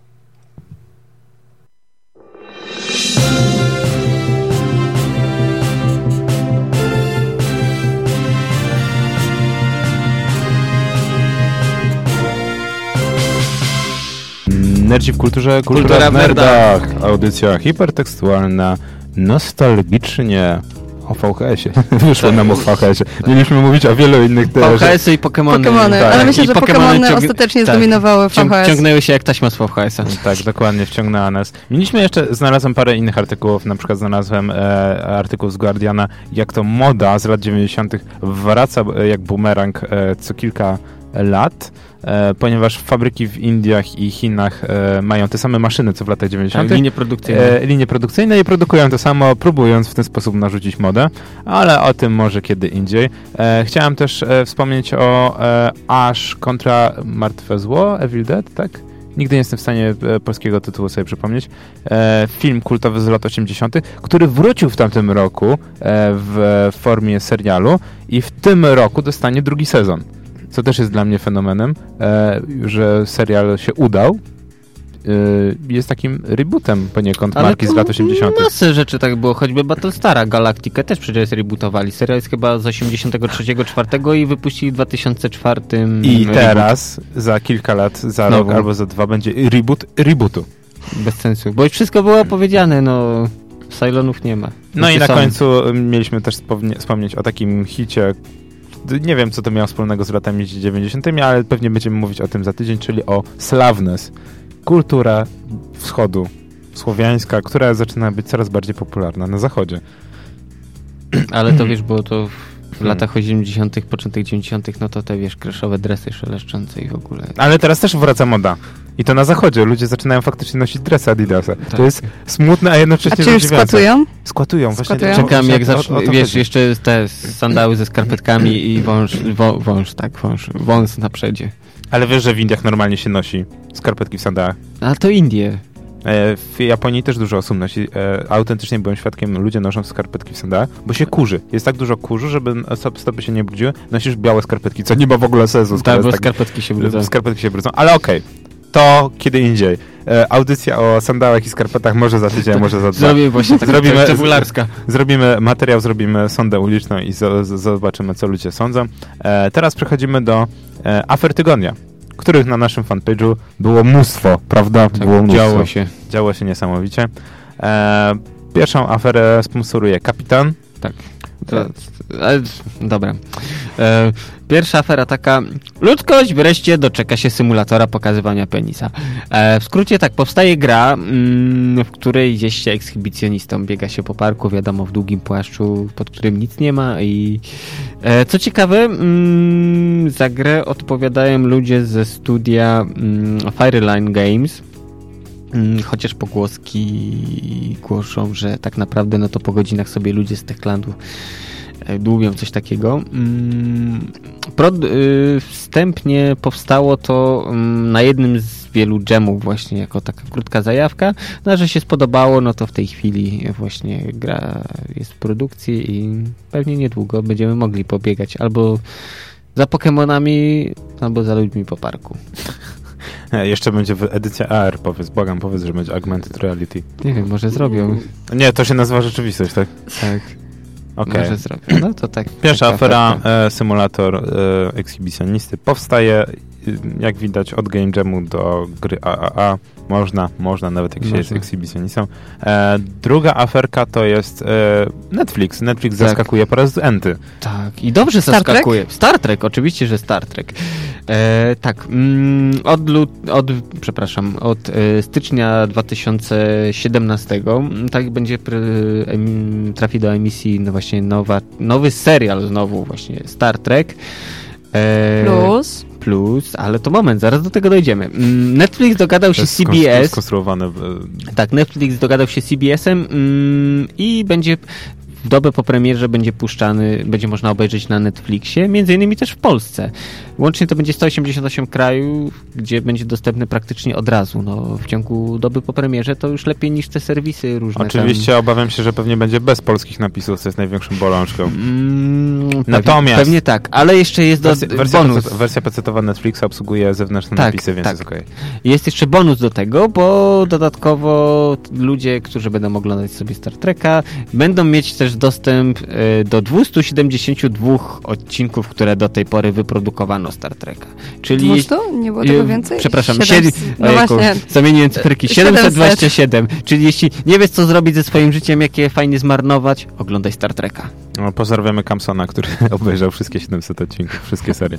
Speaker 2: Nerdzi w kulturze, kultura w nerdach. Audycja hipertekstualna, nostalgicznie o VHS-ie. Wyszło nam o VHS-ie. Mieliśmy mówić o wielu innych...
Speaker 1: VHS-y i Pokémony.
Speaker 3: Tak. Ale myślę, że Pokémony ostatecznie zdominowały VHS.
Speaker 1: Wciągnęły się jak taśma z VHS-a.
Speaker 2: Tak, dokładnie, wciągnęła nas. znalazłem parę innych artykułów, na przykład znalazłem artykuł z Guardiana, jak to moda z lat 90. wraca jak bumerang co kilka lat, ponieważ fabryki w Indiach i Chinach mają te same maszyny, co w latach 90.
Speaker 1: Tak, linie produkcyjne
Speaker 2: i produkują to samo, próbując w ten sposób narzucić modę, ale o tym może kiedy indziej. Chciałem też wspomnieć o Ash kontra Martwe Zło, Evil Dead, tak? Nigdy nie jestem w stanie polskiego tytułu sobie przypomnieć. Film kultowy z lat 80., który wrócił w tamtym roku w formie serialu i w tym roku dostanie 2. sezon. Co też jest dla mnie fenomenem, że serial się udał. Jest takim rebootem poniekąd marki z lat 80.
Speaker 1: Masę rzeczy tak było, choćby Battlestara Galactica też przecież rebootowali. Serial jest chyba z 83-4 i wypuścili w 2004.
Speaker 2: I teraz za kilka lat, za rok albo za 2 będzie reboot rebootu.
Speaker 1: Bez sensu, bo już wszystko było powiedziane, no Cylonów nie ma.
Speaker 2: No i na końcu mieliśmy też wspomnieć o takim hicie. Nie wiem, co to miało wspólnego z latami 90., ale pewnie będziemy mówić o tym za tydzień, czyli o Slavnes. Kultura wschodu, słowiańska, która zaczyna być coraz bardziej popularna na zachodzie.
Speaker 1: Ale to wiesz, było to w latach 80., początek 90., no to te wiesz, kreszowe dresy szeleszczące i w ogóle.
Speaker 2: Ale teraz też wraca moda. I to na zachodzie. Ludzie zaczynają faktycznie nosić dresy Adidasa.
Speaker 1: Tak.
Speaker 2: To jest smutne, a jednocześnie
Speaker 3: A czy już skłatują?
Speaker 2: Skłatują, właśnie.
Speaker 1: Czekam, jak zawsze, wiesz,
Speaker 2: chodzi.
Speaker 1: jeszcze te sandały ze skarpetkami i wąs na przedzie.
Speaker 2: Ale wiesz, że w Indiach normalnie się nosi skarpetki w sandałach.
Speaker 1: A to Indie.
Speaker 2: W Japonii też dużo osób nosi. Autentycznie byłem świadkiem, ludzie noszą skarpetki w sandałach, bo się kurzy. Jest tak dużo kurzu, żeby stopy się nie brudziły. Nosisz białe skarpetki, co nie ma w ogóle sensu.
Speaker 1: Tak, bo skarpetki się brudzą.
Speaker 2: Skarpetki się brudzą, ale okej. To kiedy indziej. Audycja o sandałach i skarpetach może za tydzień, może za 2.
Speaker 1: Zrobimy właśnie tak cebularska.
Speaker 2: Zrobimy materiał, zrobimy sondę uliczną i zobaczymy, co ludzie sądzą. Teraz przechodzimy do afer tygodnia, których na naszym fanpage'u było mnóstwo, prawda?
Speaker 1: Tak,
Speaker 2: było mnóstwo.
Speaker 1: Działo się
Speaker 2: niesamowicie. Pierwszą aferę sponsoruje Kapitan.
Speaker 1: Tak. Dobra. Pierwsza afera taka. Ludzkość wreszcie doczeka się symulatora pokazywania penisa. W skrócie tak, powstaje gra, w której jest się ekshibicjonistą. Biega się po parku, wiadomo, w długim płaszczu, pod którym nic nie ma i co ciekawe, za grę odpowiadają ludzie ze studia Fireline Games. Chociaż pogłoski głoszą, że tak naprawdę no to po godzinach sobie ludzie z Techlandu dłubią coś takiego. Wstępnie powstało to na jednym z wielu dżemów właśnie jako taka krótka zajawka, no że się spodobało, no to w tej chwili właśnie gra jest w produkcji i pewnie niedługo będziemy mogli pobiegać albo za Pokemonami, albo za ludźmi po parku.
Speaker 2: Jeszcze będzie edycja AR, powiedz, że będzie augmented reality.
Speaker 1: Nie wiem, może zrobią.
Speaker 2: Nie, to się nazywa rzeczywistość, tak?
Speaker 1: Tak.
Speaker 2: Okay.
Speaker 1: Może zrobią. No to tak.
Speaker 2: Pierwsza afera, symulator ekshibicjonisty powstaje, jak widać, od Game Jamu do gry AAA. Można nawet jak się jest ekshibicjonistą. Druga aferka to jest Netflix. Netflix zaskakuje po raz enty.
Speaker 1: Tak, i dobrze zaskakuje. Star Trek, oczywiście, że Star Trek. Tak, od stycznia 2017 tak będzie trafi do emisji no właśnie nowy serial znowu właśnie Star Trek. Plus, ale to moment, zaraz do tego dojdziemy. Netflix dogadał się z CBS.
Speaker 2: Skonstruowane.
Speaker 1: Tak, Netflix dogadał się z CBS-em i będzie w dobę po premierze będzie można obejrzeć na Netflixie, między innymi też w Polsce. Łącznie to będzie 188 krajów, gdzie będzie dostępny praktycznie od razu. No, w ciągu doby po premierze to już lepiej niż te serwisy różne.
Speaker 2: Oczywiście obawiam się, że pewnie będzie bez polskich napisów, co jest największą bolączką. Natomiast...
Speaker 1: Pewnie tak, ale jeszcze jest bonus.
Speaker 2: Wersja PC-towa Netflixa obsługuje zewnętrzne napisy, więc jest okej.
Speaker 1: Jest jeszcze bonus do tego, bo dodatkowo ludzie, którzy będą oglądać sobie Star Treka, będą mieć też dostęp do 272 odcinków, które do tej pory wyprodukowano Star Treka. Czyli
Speaker 3: 200? Nie było tego więcej?
Speaker 1: Przepraszam,
Speaker 3: 700, no właśnie.
Speaker 1: zamieniłem cyferki. 727. Czyli jeśli nie wiesz, co zrobić ze swoim życiem, jakie fajnie zmarnować, oglądaj Star Treka.
Speaker 2: No, pozdrawiamy Kamsona, który obejrzał wszystkie 700 odcinków, wszystkie serie.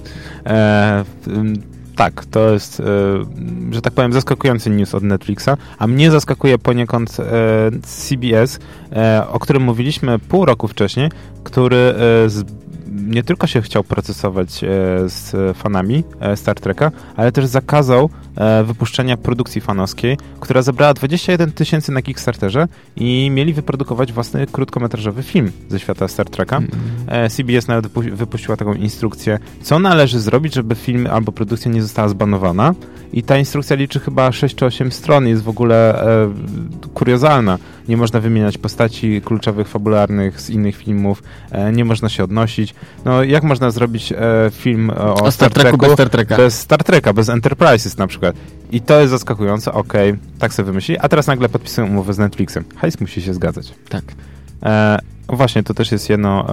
Speaker 2: Tak, to jest, że tak powiem, zaskakujący news od Netflixa, a mnie zaskakuje poniekąd CBS, o którym mówiliśmy pół roku wcześniej, który nie tylko się chciał procesować z fanami Star Treka, ale też zakazał wypuszczenia produkcji fanowskiej, która zebrała 21 000 na Kickstarterze i mieli wyprodukować własny krótkometrażowy film ze świata Star Treka. CBS nawet wypuściła taką instrukcję, co należy zrobić, żeby film albo produkcja nie została zbanowana i ta instrukcja liczy chyba 6 czy 8 stron, jest w ogóle kuriozalna. Nie można wymieniać postaci kluczowych, fabularnych z innych filmów, nie można się odnosić. No, jak można zrobić film o Star Treku
Speaker 1: bez Star Treka?
Speaker 2: Bez Star Treka, bez Enterprises na przykład. I to jest zaskakujące, okej, tak sobie wymyślili, a teraz nagle podpisują umowę z Netflixem. Hajs musi się zgadzać.
Speaker 1: Tak.
Speaker 2: Właśnie, to też jest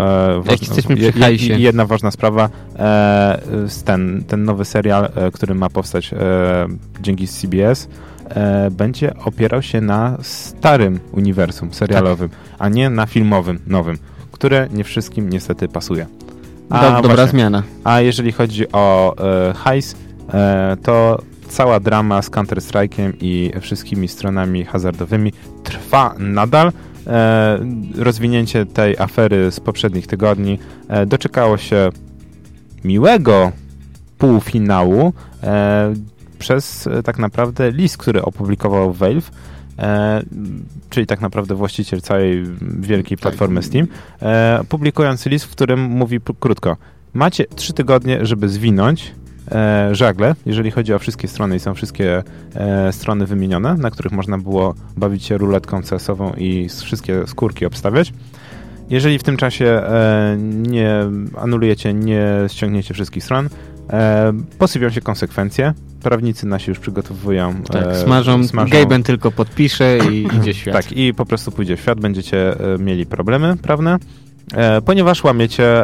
Speaker 2: jedna ważna sprawa. Ten nowy serial, który ma powstać dzięki CBS, będzie opierał się na starym uniwersum serialowym, a nie na filmowym, nowym, które nie wszystkim niestety pasuje.
Speaker 1: Dobra zmiana.
Speaker 2: A jeżeli chodzi o hajs, to cała drama z Counter-Strike'iem i wszystkimi stronami hazardowymi trwa nadal. Rozwinięcie tej afery z poprzednich tygodni doczekało się miłego półfinału. przez tak naprawdę list, który opublikował Valve, czyli tak naprawdę właściciel całej wielkiej platformy Steam, publikując list, w którym mówi krótko: macie 3 tygodnie, żeby zwinąć żagle, jeżeli chodzi o wszystkie strony i są wszystkie strony wymienione, na których można było bawić się ruletką CS-ową i wszystkie skórki obstawiać. Jeżeli w tym czasie nie anulujecie, nie ściągniecie wszystkich stron, posypią się konsekwencje. Prawnicy nasi już przygotowują.
Speaker 1: Smażą. Gaben tylko podpisze i idzie świat.
Speaker 2: Tak, i po prostu pójdzie w świat, będziecie mieli problemy prawne, ponieważ łamiecie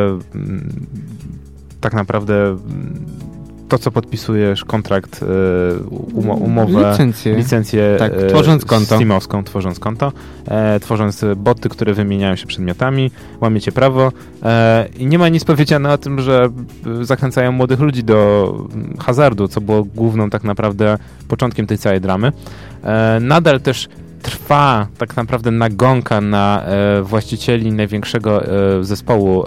Speaker 2: tak naprawdę to, co podpisujesz, kontrakt, umowę, licencję
Speaker 1: tak, tworząc konto.
Speaker 2: Steamowską, tworząc konto, tworząc boty, które wymieniają się przedmiotami, łamiecie prawo i nie ma nic powiedziane o tym, że zachęcają młodych ludzi do hazardu, co było główną tak naprawdę początkiem tej całej dramy. Nadal też trwa tak naprawdę nagonka na właścicieli największego zespołu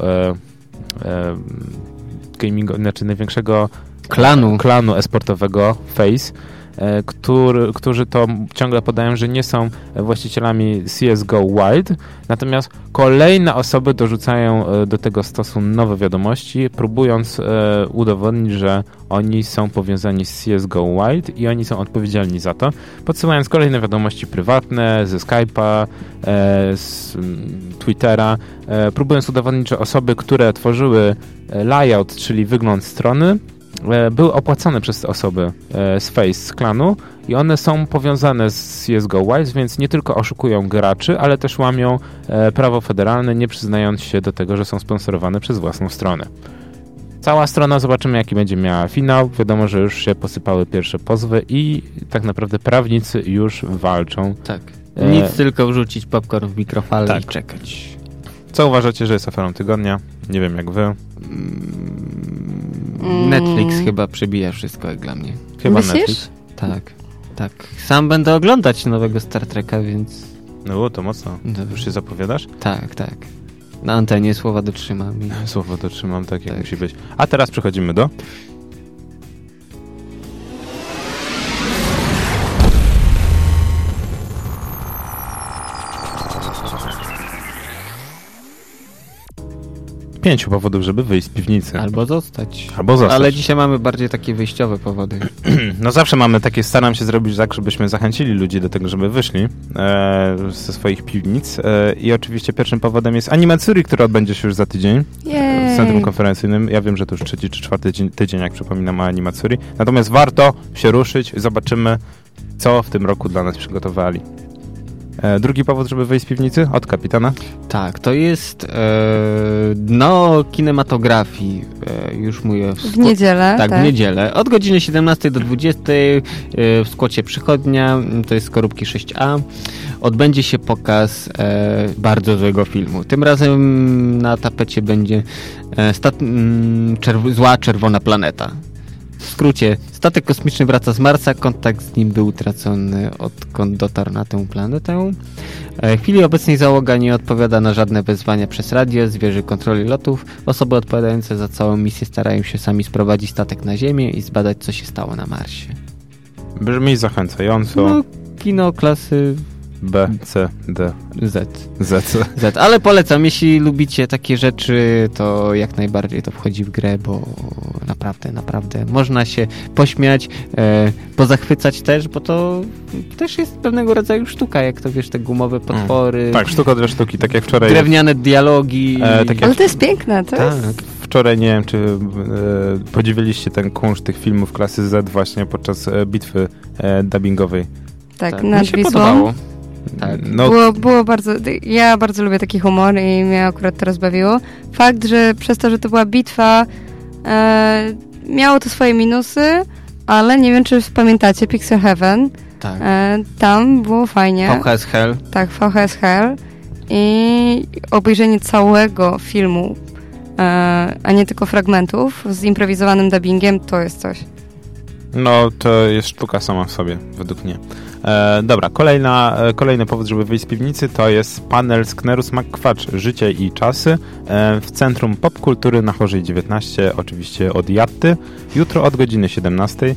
Speaker 2: gamingu, znaczy największego klanu esportowego FaZe, którzy to ciągle podają, że nie są właścicielami CSGO Wild, natomiast kolejne osoby dorzucają do tego stosu nowe wiadomości, próbując udowodnić, że oni są powiązani z CSGO Wild i oni są odpowiedzialni za to, podsyłając kolejne wiadomości prywatne ze Skype'a, z Twittera, próbując udowodnić, że osoby, które tworzyły layout, czyli wygląd strony, były opłacone przez te osoby z FaZe, z klanu i one są powiązane z CSGO Wild, więc nie tylko oszukują graczy, ale też łamią prawo federalne, nie przyznając się do tego, że są sponsorowane przez własną stronę. Cała strona, zobaczymy jaki będzie miała finał. Wiadomo, że już się posypały pierwsze pozwy i tak naprawdę prawnicy już walczą.
Speaker 1: Tak. Nic, tylko wrzucić popcorn w mikrofale i czekać.
Speaker 2: Co uważacie, że jest aferą tygodnia? Nie wiem jak wy.
Speaker 1: Netflix chyba przebija wszystko jak dla mnie.
Speaker 2: Chyba
Speaker 3: Myślisz?
Speaker 2: Netflix?
Speaker 1: Tak. Sam będę oglądać nowego Star Treka, więc...
Speaker 2: No to mocno. Już się zapowiadasz?
Speaker 1: Tak. Na antenie słowa dotrzymam.
Speaker 2: Słowo dotrzymam, tak jak musi być. A teraz przechodzimy do... Pięciu powodów, żeby wyjść z piwnicy.
Speaker 1: Albo zostać. Ale dzisiaj mamy bardziej takie wyjściowe powody.
Speaker 2: No zawsze mamy takie, staram się zrobić tak, żebyśmy zachęcili ludzi do tego, żeby wyszli ze swoich piwnic. I oczywiście pierwszym powodem jest Animatsuri, która odbędzie się już za tydzień w centrum konferencyjnym. Ja wiem, że to już 3. czy 4. tydzień, jak przypominam, o Animatsuri. Natomiast warto się ruszyć, zobaczymy, co w tym roku dla nas przygotowali. Drugi powód, żeby wyjść z piwnicy? Od kapitana?
Speaker 1: Tak, to jest dno kinematografii. Już mówię.
Speaker 3: W niedzielę.
Speaker 1: Tak, w niedzielę. Od godziny 17 do 20 w skłocie Przychodnia, to jest Skorupki 6A, odbędzie się pokaz bardzo złego filmu. Tym razem na tapecie będzie Zła Czerwona Planeta. W skrócie, statek kosmiczny wraca z Marsa, kontakt z nim był utracony, odkąd dotarł na tę planetę. W chwili obecnej załoga nie odpowiada na żadne wezwania przez radio, zwierzy kontroli lotów. Osoby odpowiadające za całą misję starają się sami sprowadzić statek na Ziemię i zbadać, co się stało na Marsie.
Speaker 2: Brzmi zachęcająco.
Speaker 1: No, kino klasy
Speaker 2: B, C, D, Z.
Speaker 1: Ale polecam, jeśli lubicie takie rzeczy, to jak najbardziej to wchodzi w grę, bo naprawdę można się pośmiać, pozachwycać też, bo to też jest pewnego rodzaju sztuka, jak to wiesz, te gumowe potwory.
Speaker 2: Tak, sztuka dla sztuki, tak jak wczoraj.
Speaker 1: Drewniane dialogi.
Speaker 3: Ale to jest piękne, to jest...
Speaker 2: Wczoraj, nie wiem, czy podziwiliście ten kunszt tych filmów klasy Z właśnie podczas bitwy dubbingowej.
Speaker 3: Tak, nad Wisłą.
Speaker 1: Podobało. Tak.
Speaker 3: No. Było bardzo... Ja bardzo lubię taki humor i mnie akurat to rozbawiło. Fakt, że przez to, że to była bitwa, miało to swoje minusy, ale nie wiem, czy pamiętacie Pixel Heaven.
Speaker 1: Tak.
Speaker 3: Tam było fajnie.
Speaker 1: VHS Hell.
Speaker 3: Tak, VHS Hell. I obejrzenie całego filmu, a nie tylko fragmentów z improwizowanym dubbingiem, to jest coś.
Speaker 2: No, to jest sztuka sama w sobie, według mnie. Dobra, kolejny powód, żeby wyjść z piwnicy, to jest panel Sknerus McQuatch, Życie i czasy w Centrum Popkultury na Chorzej 19, oczywiście od Jatty, jutro od godziny 17.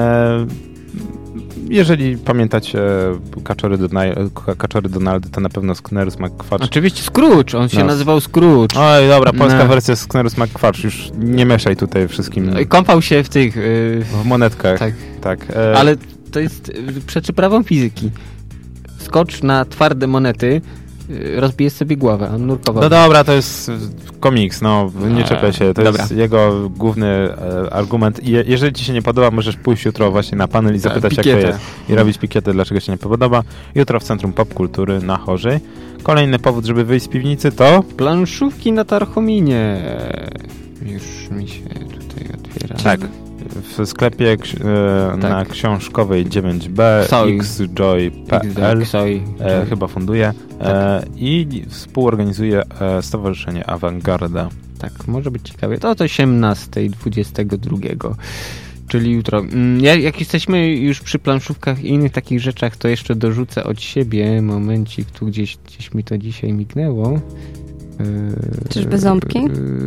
Speaker 2: Jeżeli pamiętacie Kaczory Donaldy, to na pewno Sknerus McQuatch.
Speaker 1: Oczywiście Scrooge, on się nazywał Scrooge.
Speaker 2: Oj, dobra, polska wersja Sknerus McQuatch, już nie mieszaj tutaj wszystkim.
Speaker 1: Kąpał się w tych...
Speaker 2: w monetkach.
Speaker 1: Tak. Ale to jest przeczy prawom fizyki. Skocz na twarde monety, rozbijesz sobie głowę, on nurkował.
Speaker 2: No dobra, to jest komiks, nie czepiaj się, to jest jego główny argument. Jeżeli ci się nie podoba, możesz pójść jutro właśnie na panel i zapytać, jak to jest. I robić pikietę, dlaczego się nie podoba. Jutro w Centrum Popkultury na Chorzej. Kolejny powód, żeby wyjść z piwnicy, to...
Speaker 1: planszówki na Tarchominie. Już mi się tutaj otwiera.
Speaker 2: Tak. W sklepie na Książkowej 9B xjoy.pl chyba funduje i współorganizuje Stowarzyszenie Awangarda.
Speaker 1: Tak, może być ciekawie. To od 18:22. Czyli jutro. Jak jesteśmy już przy planszówkach i innych takich rzeczach, to jeszcze dorzucę od siebie momencik, tu gdzieś mi to dzisiaj mignęło.
Speaker 3: Czyżby ząbki?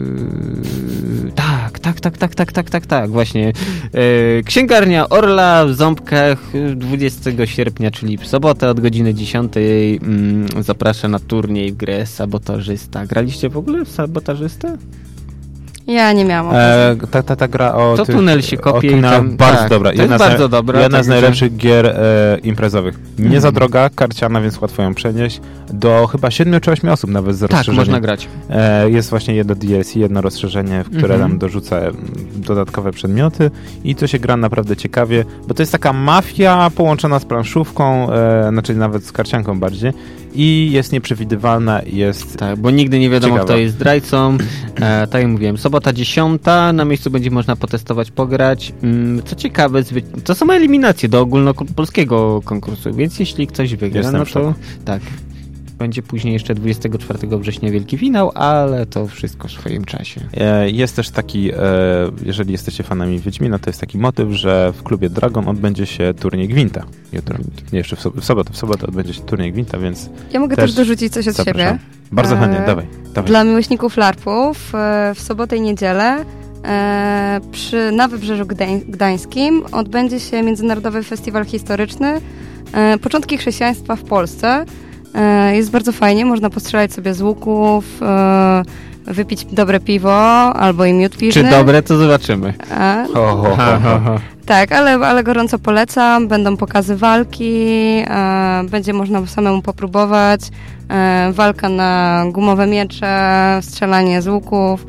Speaker 1: Tak, właśnie. Księgarnia Orla w Ząbkach 20 sierpnia, czyli w sobotę od godziny 10 zaprasza na turniej w grę Sabotażysta. Graliście w ogóle w Sabotażystę?
Speaker 3: Ja nie miałam.
Speaker 2: Ta gra o
Speaker 1: to tunel się kopie.
Speaker 2: Bardzo dobra.
Speaker 1: To jest bardzo dobra.
Speaker 2: Jedna z najlepszych gier imprezowych. Nie za droga, karciana, więc łatwo ją przenieść. Do chyba 7 czy 8 osób nawet z rozszerzeniem.
Speaker 1: Tak, można grać.
Speaker 2: Jest właśnie jedno DLC, jedno rozszerzenie, w które nam dorzuca dodatkowe przedmioty i to się gra naprawdę ciekawie, bo to jest taka mafia połączona z planszówką, znaczy nawet z karcianką bardziej i jest nieprzewidywalna, jest...
Speaker 1: Tak, bo nigdy nie wiadomo,
Speaker 2: ciekawa.
Speaker 1: Kto jest zdrajcą. Tak jak mówiłem, sobota 10, na miejscu będzie można potestować, pograć. Co ciekawe, to są eliminacje do ogólnopolskiego konkursu, więc jeśli ktoś wygra, no to tak. Będzie później jeszcze 24 września wielki finał, ale to wszystko w swoim czasie.
Speaker 2: Jest też taki, jeżeli jesteście fanami Wiedźmina, to jest taki motyw, że w klubie Dragon odbędzie się turniej Gwinta jutro. Nie, jeszcze w sobotę odbędzie się turniej Gwinta, więc
Speaker 3: ja mogę też dorzucić coś od siebie.
Speaker 2: Bardzo chętnie, dawaj.
Speaker 3: Dla miłośników larpów w sobotę i niedzielę na Wybrzeżu Gdańskim odbędzie się Międzynarodowy Festiwal Historyczny Początki Chrześcijaństwa w Polsce. Jest bardzo fajnie, można postrzelać sobie z łuków, wypić dobre piwo albo i miód piżny.
Speaker 1: Czy dobre, to zobaczymy.
Speaker 3: Tak, ale gorąco polecam. Będą pokazy walki, będzie można samemu popróbować. Walka na gumowe miecze, strzelanie z łuków.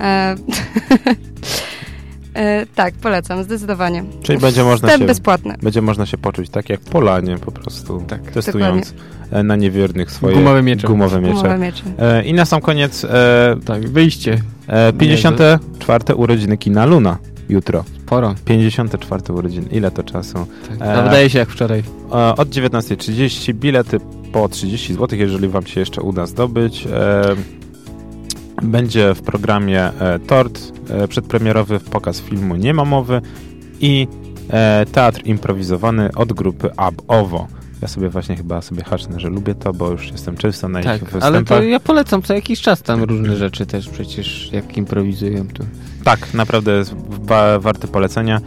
Speaker 3: Tak, polecam, zdecydowanie.
Speaker 2: Czyli będzie można
Speaker 3: Wstęp bezpłatny.
Speaker 2: Będzie można się poczuć tak jak Polanie po prostu, testując na niewiernych swoje gumowe miecze. I na sam koniec
Speaker 1: wyjście.
Speaker 2: 54. urodziny kina Luna jutro.
Speaker 1: Sporo.
Speaker 2: 54. urodziny. Ile to czasu?
Speaker 1: To wydaje się jak wczoraj.
Speaker 2: Od 19:30 bilety po 30 zł, jeżeli wam się jeszcze uda zdobyć. Będzie w programie tort, przedpremierowy pokaz filmu Nie ma mowy i teatr improwizowany od grupy Abowo. Ja sobie właśnie chyba hacznę, że lubię to, bo już jestem często na ich występach.
Speaker 1: Ale to ja polecam co jakiś czas tam różne rzeczy też przecież, jak improwizują tu.
Speaker 2: Tak, naprawdę jest warte polecenia.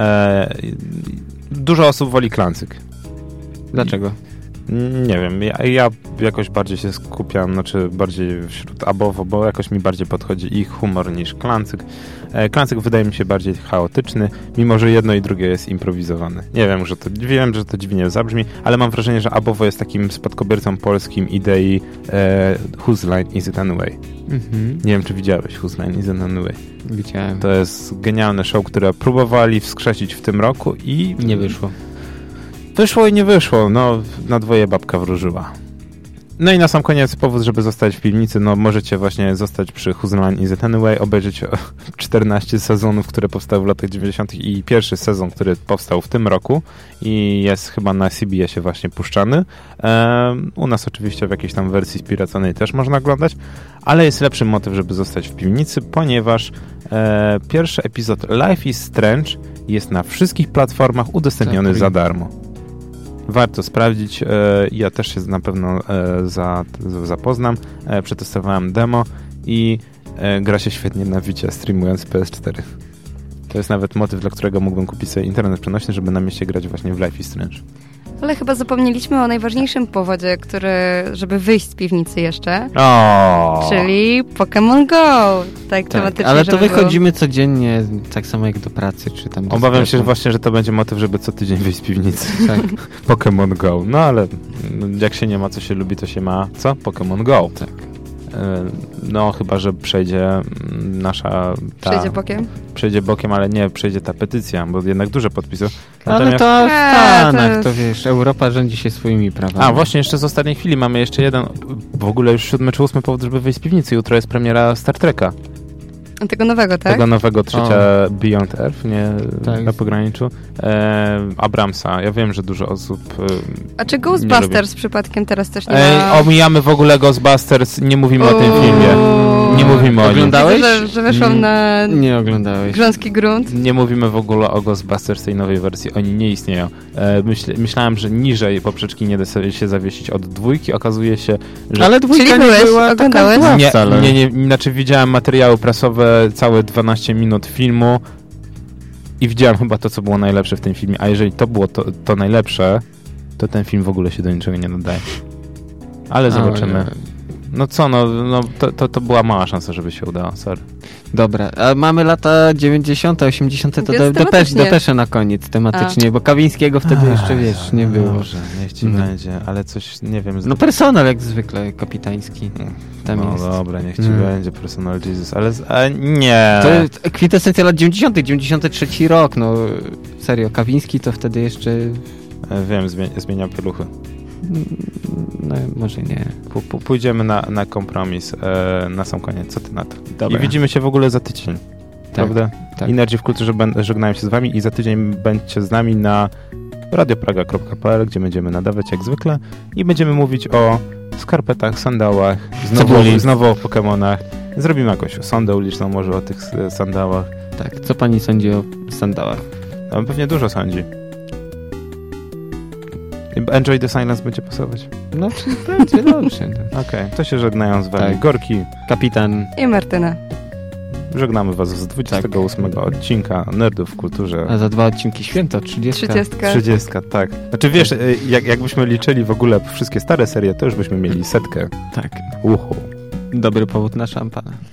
Speaker 2: Dużo osób woli Klancyk.
Speaker 1: Dlaczego?
Speaker 2: Nie wiem, ja jakoś bardziej się skupiam, znaczy bardziej wśród Abowo, bo jakoś mi bardziej podchodzi ich humor niż Klancyk. Klancyk wydaje mi się bardziej chaotyczny, mimo że jedno i drugie jest improwizowane. Wiem, że to dziwnie zabrzmi, ale mam wrażenie, że Abowo jest takim spadkobiercą polskim idei Whose Line Is It Anyway? Nie wiem, czy widziałeś Whose Line Is It Anyway?
Speaker 1: Widziałem.
Speaker 2: To jest genialne show, które próbowali wskrzesić w tym roku i...
Speaker 1: nie wyszło.
Speaker 2: Wyszło i nie wyszło, na dwoje babka wróżyła. No i na sam koniec powód, żeby zostać w piwnicy, możecie właśnie zostać przy Whose Line Is It Anyway, obejrzeć 14 sezonów, które powstały w latach 90. i pierwszy sezon, który powstał w tym roku i jest chyba na CBS-ie właśnie puszczany. U nas oczywiście w jakiejś tam wersji spiraconej też można oglądać, ale jest lepszy motyw, żeby zostać w piwnicy, ponieważ pierwszy epizod Life is Strange Jest na wszystkich platformach udostępniony za darmo. Warto sprawdzić. Ja też się na pewno zapoznam. Przetestowałem demo i gra się świetnie na Vicie, streamując PS4. To jest nawet motyw, dla którego mógłbym kupić sobie internet przenośny, żeby na mieście grać właśnie w Life is Strange.
Speaker 3: Ale chyba zapomnieliśmy o najważniejszym powodzie, żeby wyjść z piwnicy jeszcze. Czyli Pokémon Go. Tak, tematycznie.
Speaker 1: Ale to wychodzimy codziennie, tak samo jak do pracy, czy tam do
Speaker 2: Obawiam się właśnie, że to będzie motyw, żeby co tydzień wyjść z piwnicy. Tak. Pokémon Go. No ale jak się nie ma, co się lubi, to się ma co? Pokémon Go.
Speaker 1: Tak.
Speaker 2: No chyba, że przejdzie nasza... Przejdzie bokiem, ale nie przejdzie ta petycja, bo jednak dużo podpisów.
Speaker 1: Ale to w Stanach, to wiesz, Europa rządzi się swoimi prawami.
Speaker 2: A właśnie, jeszcze z ostatniej chwili mamy jeszcze jeden, w ogóle już 7 czy 8 powód, żeby wyjść z piwnicy. Jutro jest premiera Star Treka.
Speaker 3: Tego nowego, tak?
Speaker 2: Tego nowego, trzecia Beyond Earth, nie? Tak. Na pograniczu. Abramsa. Ja wiem, że dużo osób
Speaker 3: A czy Ghostbusters przypadkiem teraz też nie ma?
Speaker 2: Omijamy w ogóle Ghostbusters, nie mówimy o tym filmie. Nie mówimy o nim.
Speaker 3: Oglądałeś? Że weszłam na
Speaker 1: nie oglądałeś.
Speaker 3: grząski grunt.
Speaker 2: Nie mówimy w ogóle o Ghostbusters tej nowej wersji. Oni nie istnieją. Myślałem, że niżej poprzeczki nie da się zawiesić od 2. Okazuje się, że...
Speaker 1: Ale 2 nie była
Speaker 3: oglądałeś?
Speaker 2: Nie, znaczy widziałem materiały prasowe, całe 12 minut filmu i widziałem chyba to, co było najlepsze w tym filmie, a jeżeli to było to najlepsze, to ten film w ogóle się do niczego nie nadaje. Ale zobaczymy. No co, to była mała szansa, żeby się udało, sorry.
Speaker 1: Dobra, a mamy lata 90., 80., to depesze na koniec tematycznie, bo Kawińskiego wtedy jeszcze, wiesz, nie było.
Speaker 2: Może, niech ci będzie, ale coś, nie wiem...
Speaker 1: No personal jak zwykle, kapitański. Tam jest.
Speaker 2: Dobra, niech ci będzie personal Jesus, ale nie.
Speaker 1: To kwintesencja lat 90., 93 rok, no serio, Kawiński to wtedy jeszcze...
Speaker 2: Wiem, zmieniał pieluchy.
Speaker 1: No może nie.
Speaker 2: Pójdziemy na kompromis na sam koniec. Co ty na to?
Speaker 1: Dobra.
Speaker 2: I widzimy się w ogóle za tydzień. Prawda? Tak. Energy w Kulturze żegnają się z wami i za tydzień będziecie z nami na radiopraga.pl, gdzie będziemy nadawać jak zwykle i będziemy mówić o skarpetach, sandałach, znowu o Pokemonach. Zrobimy jakąś sondę uliczną może o tych sandałach.
Speaker 1: Tak. Co pani sądzi o sandałach?
Speaker 2: No, pewnie dużo sądzi. Enjoy the Silence będzie pasować.
Speaker 1: No, będzie dobrze.
Speaker 2: Okej, to się żegnają z wami Gorki,
Speaker 1: Kapitan
Speaker 3: i Martyna.
Speaker 2: Żegnamy was z 28 odcinka Nerdów w Kulturze.
Speaker 1: A za 2 odcinki święto, 30.
Speaker 2: 30, tak. Znaczy wiesz, jakbyśmy liczyli w ogóle wszystkie stare serie, to już byśmy mieli 100.
Speaker 1: Tak.
Speaker 2: Uhu.
Speaker 1: Dobry powód na szampana.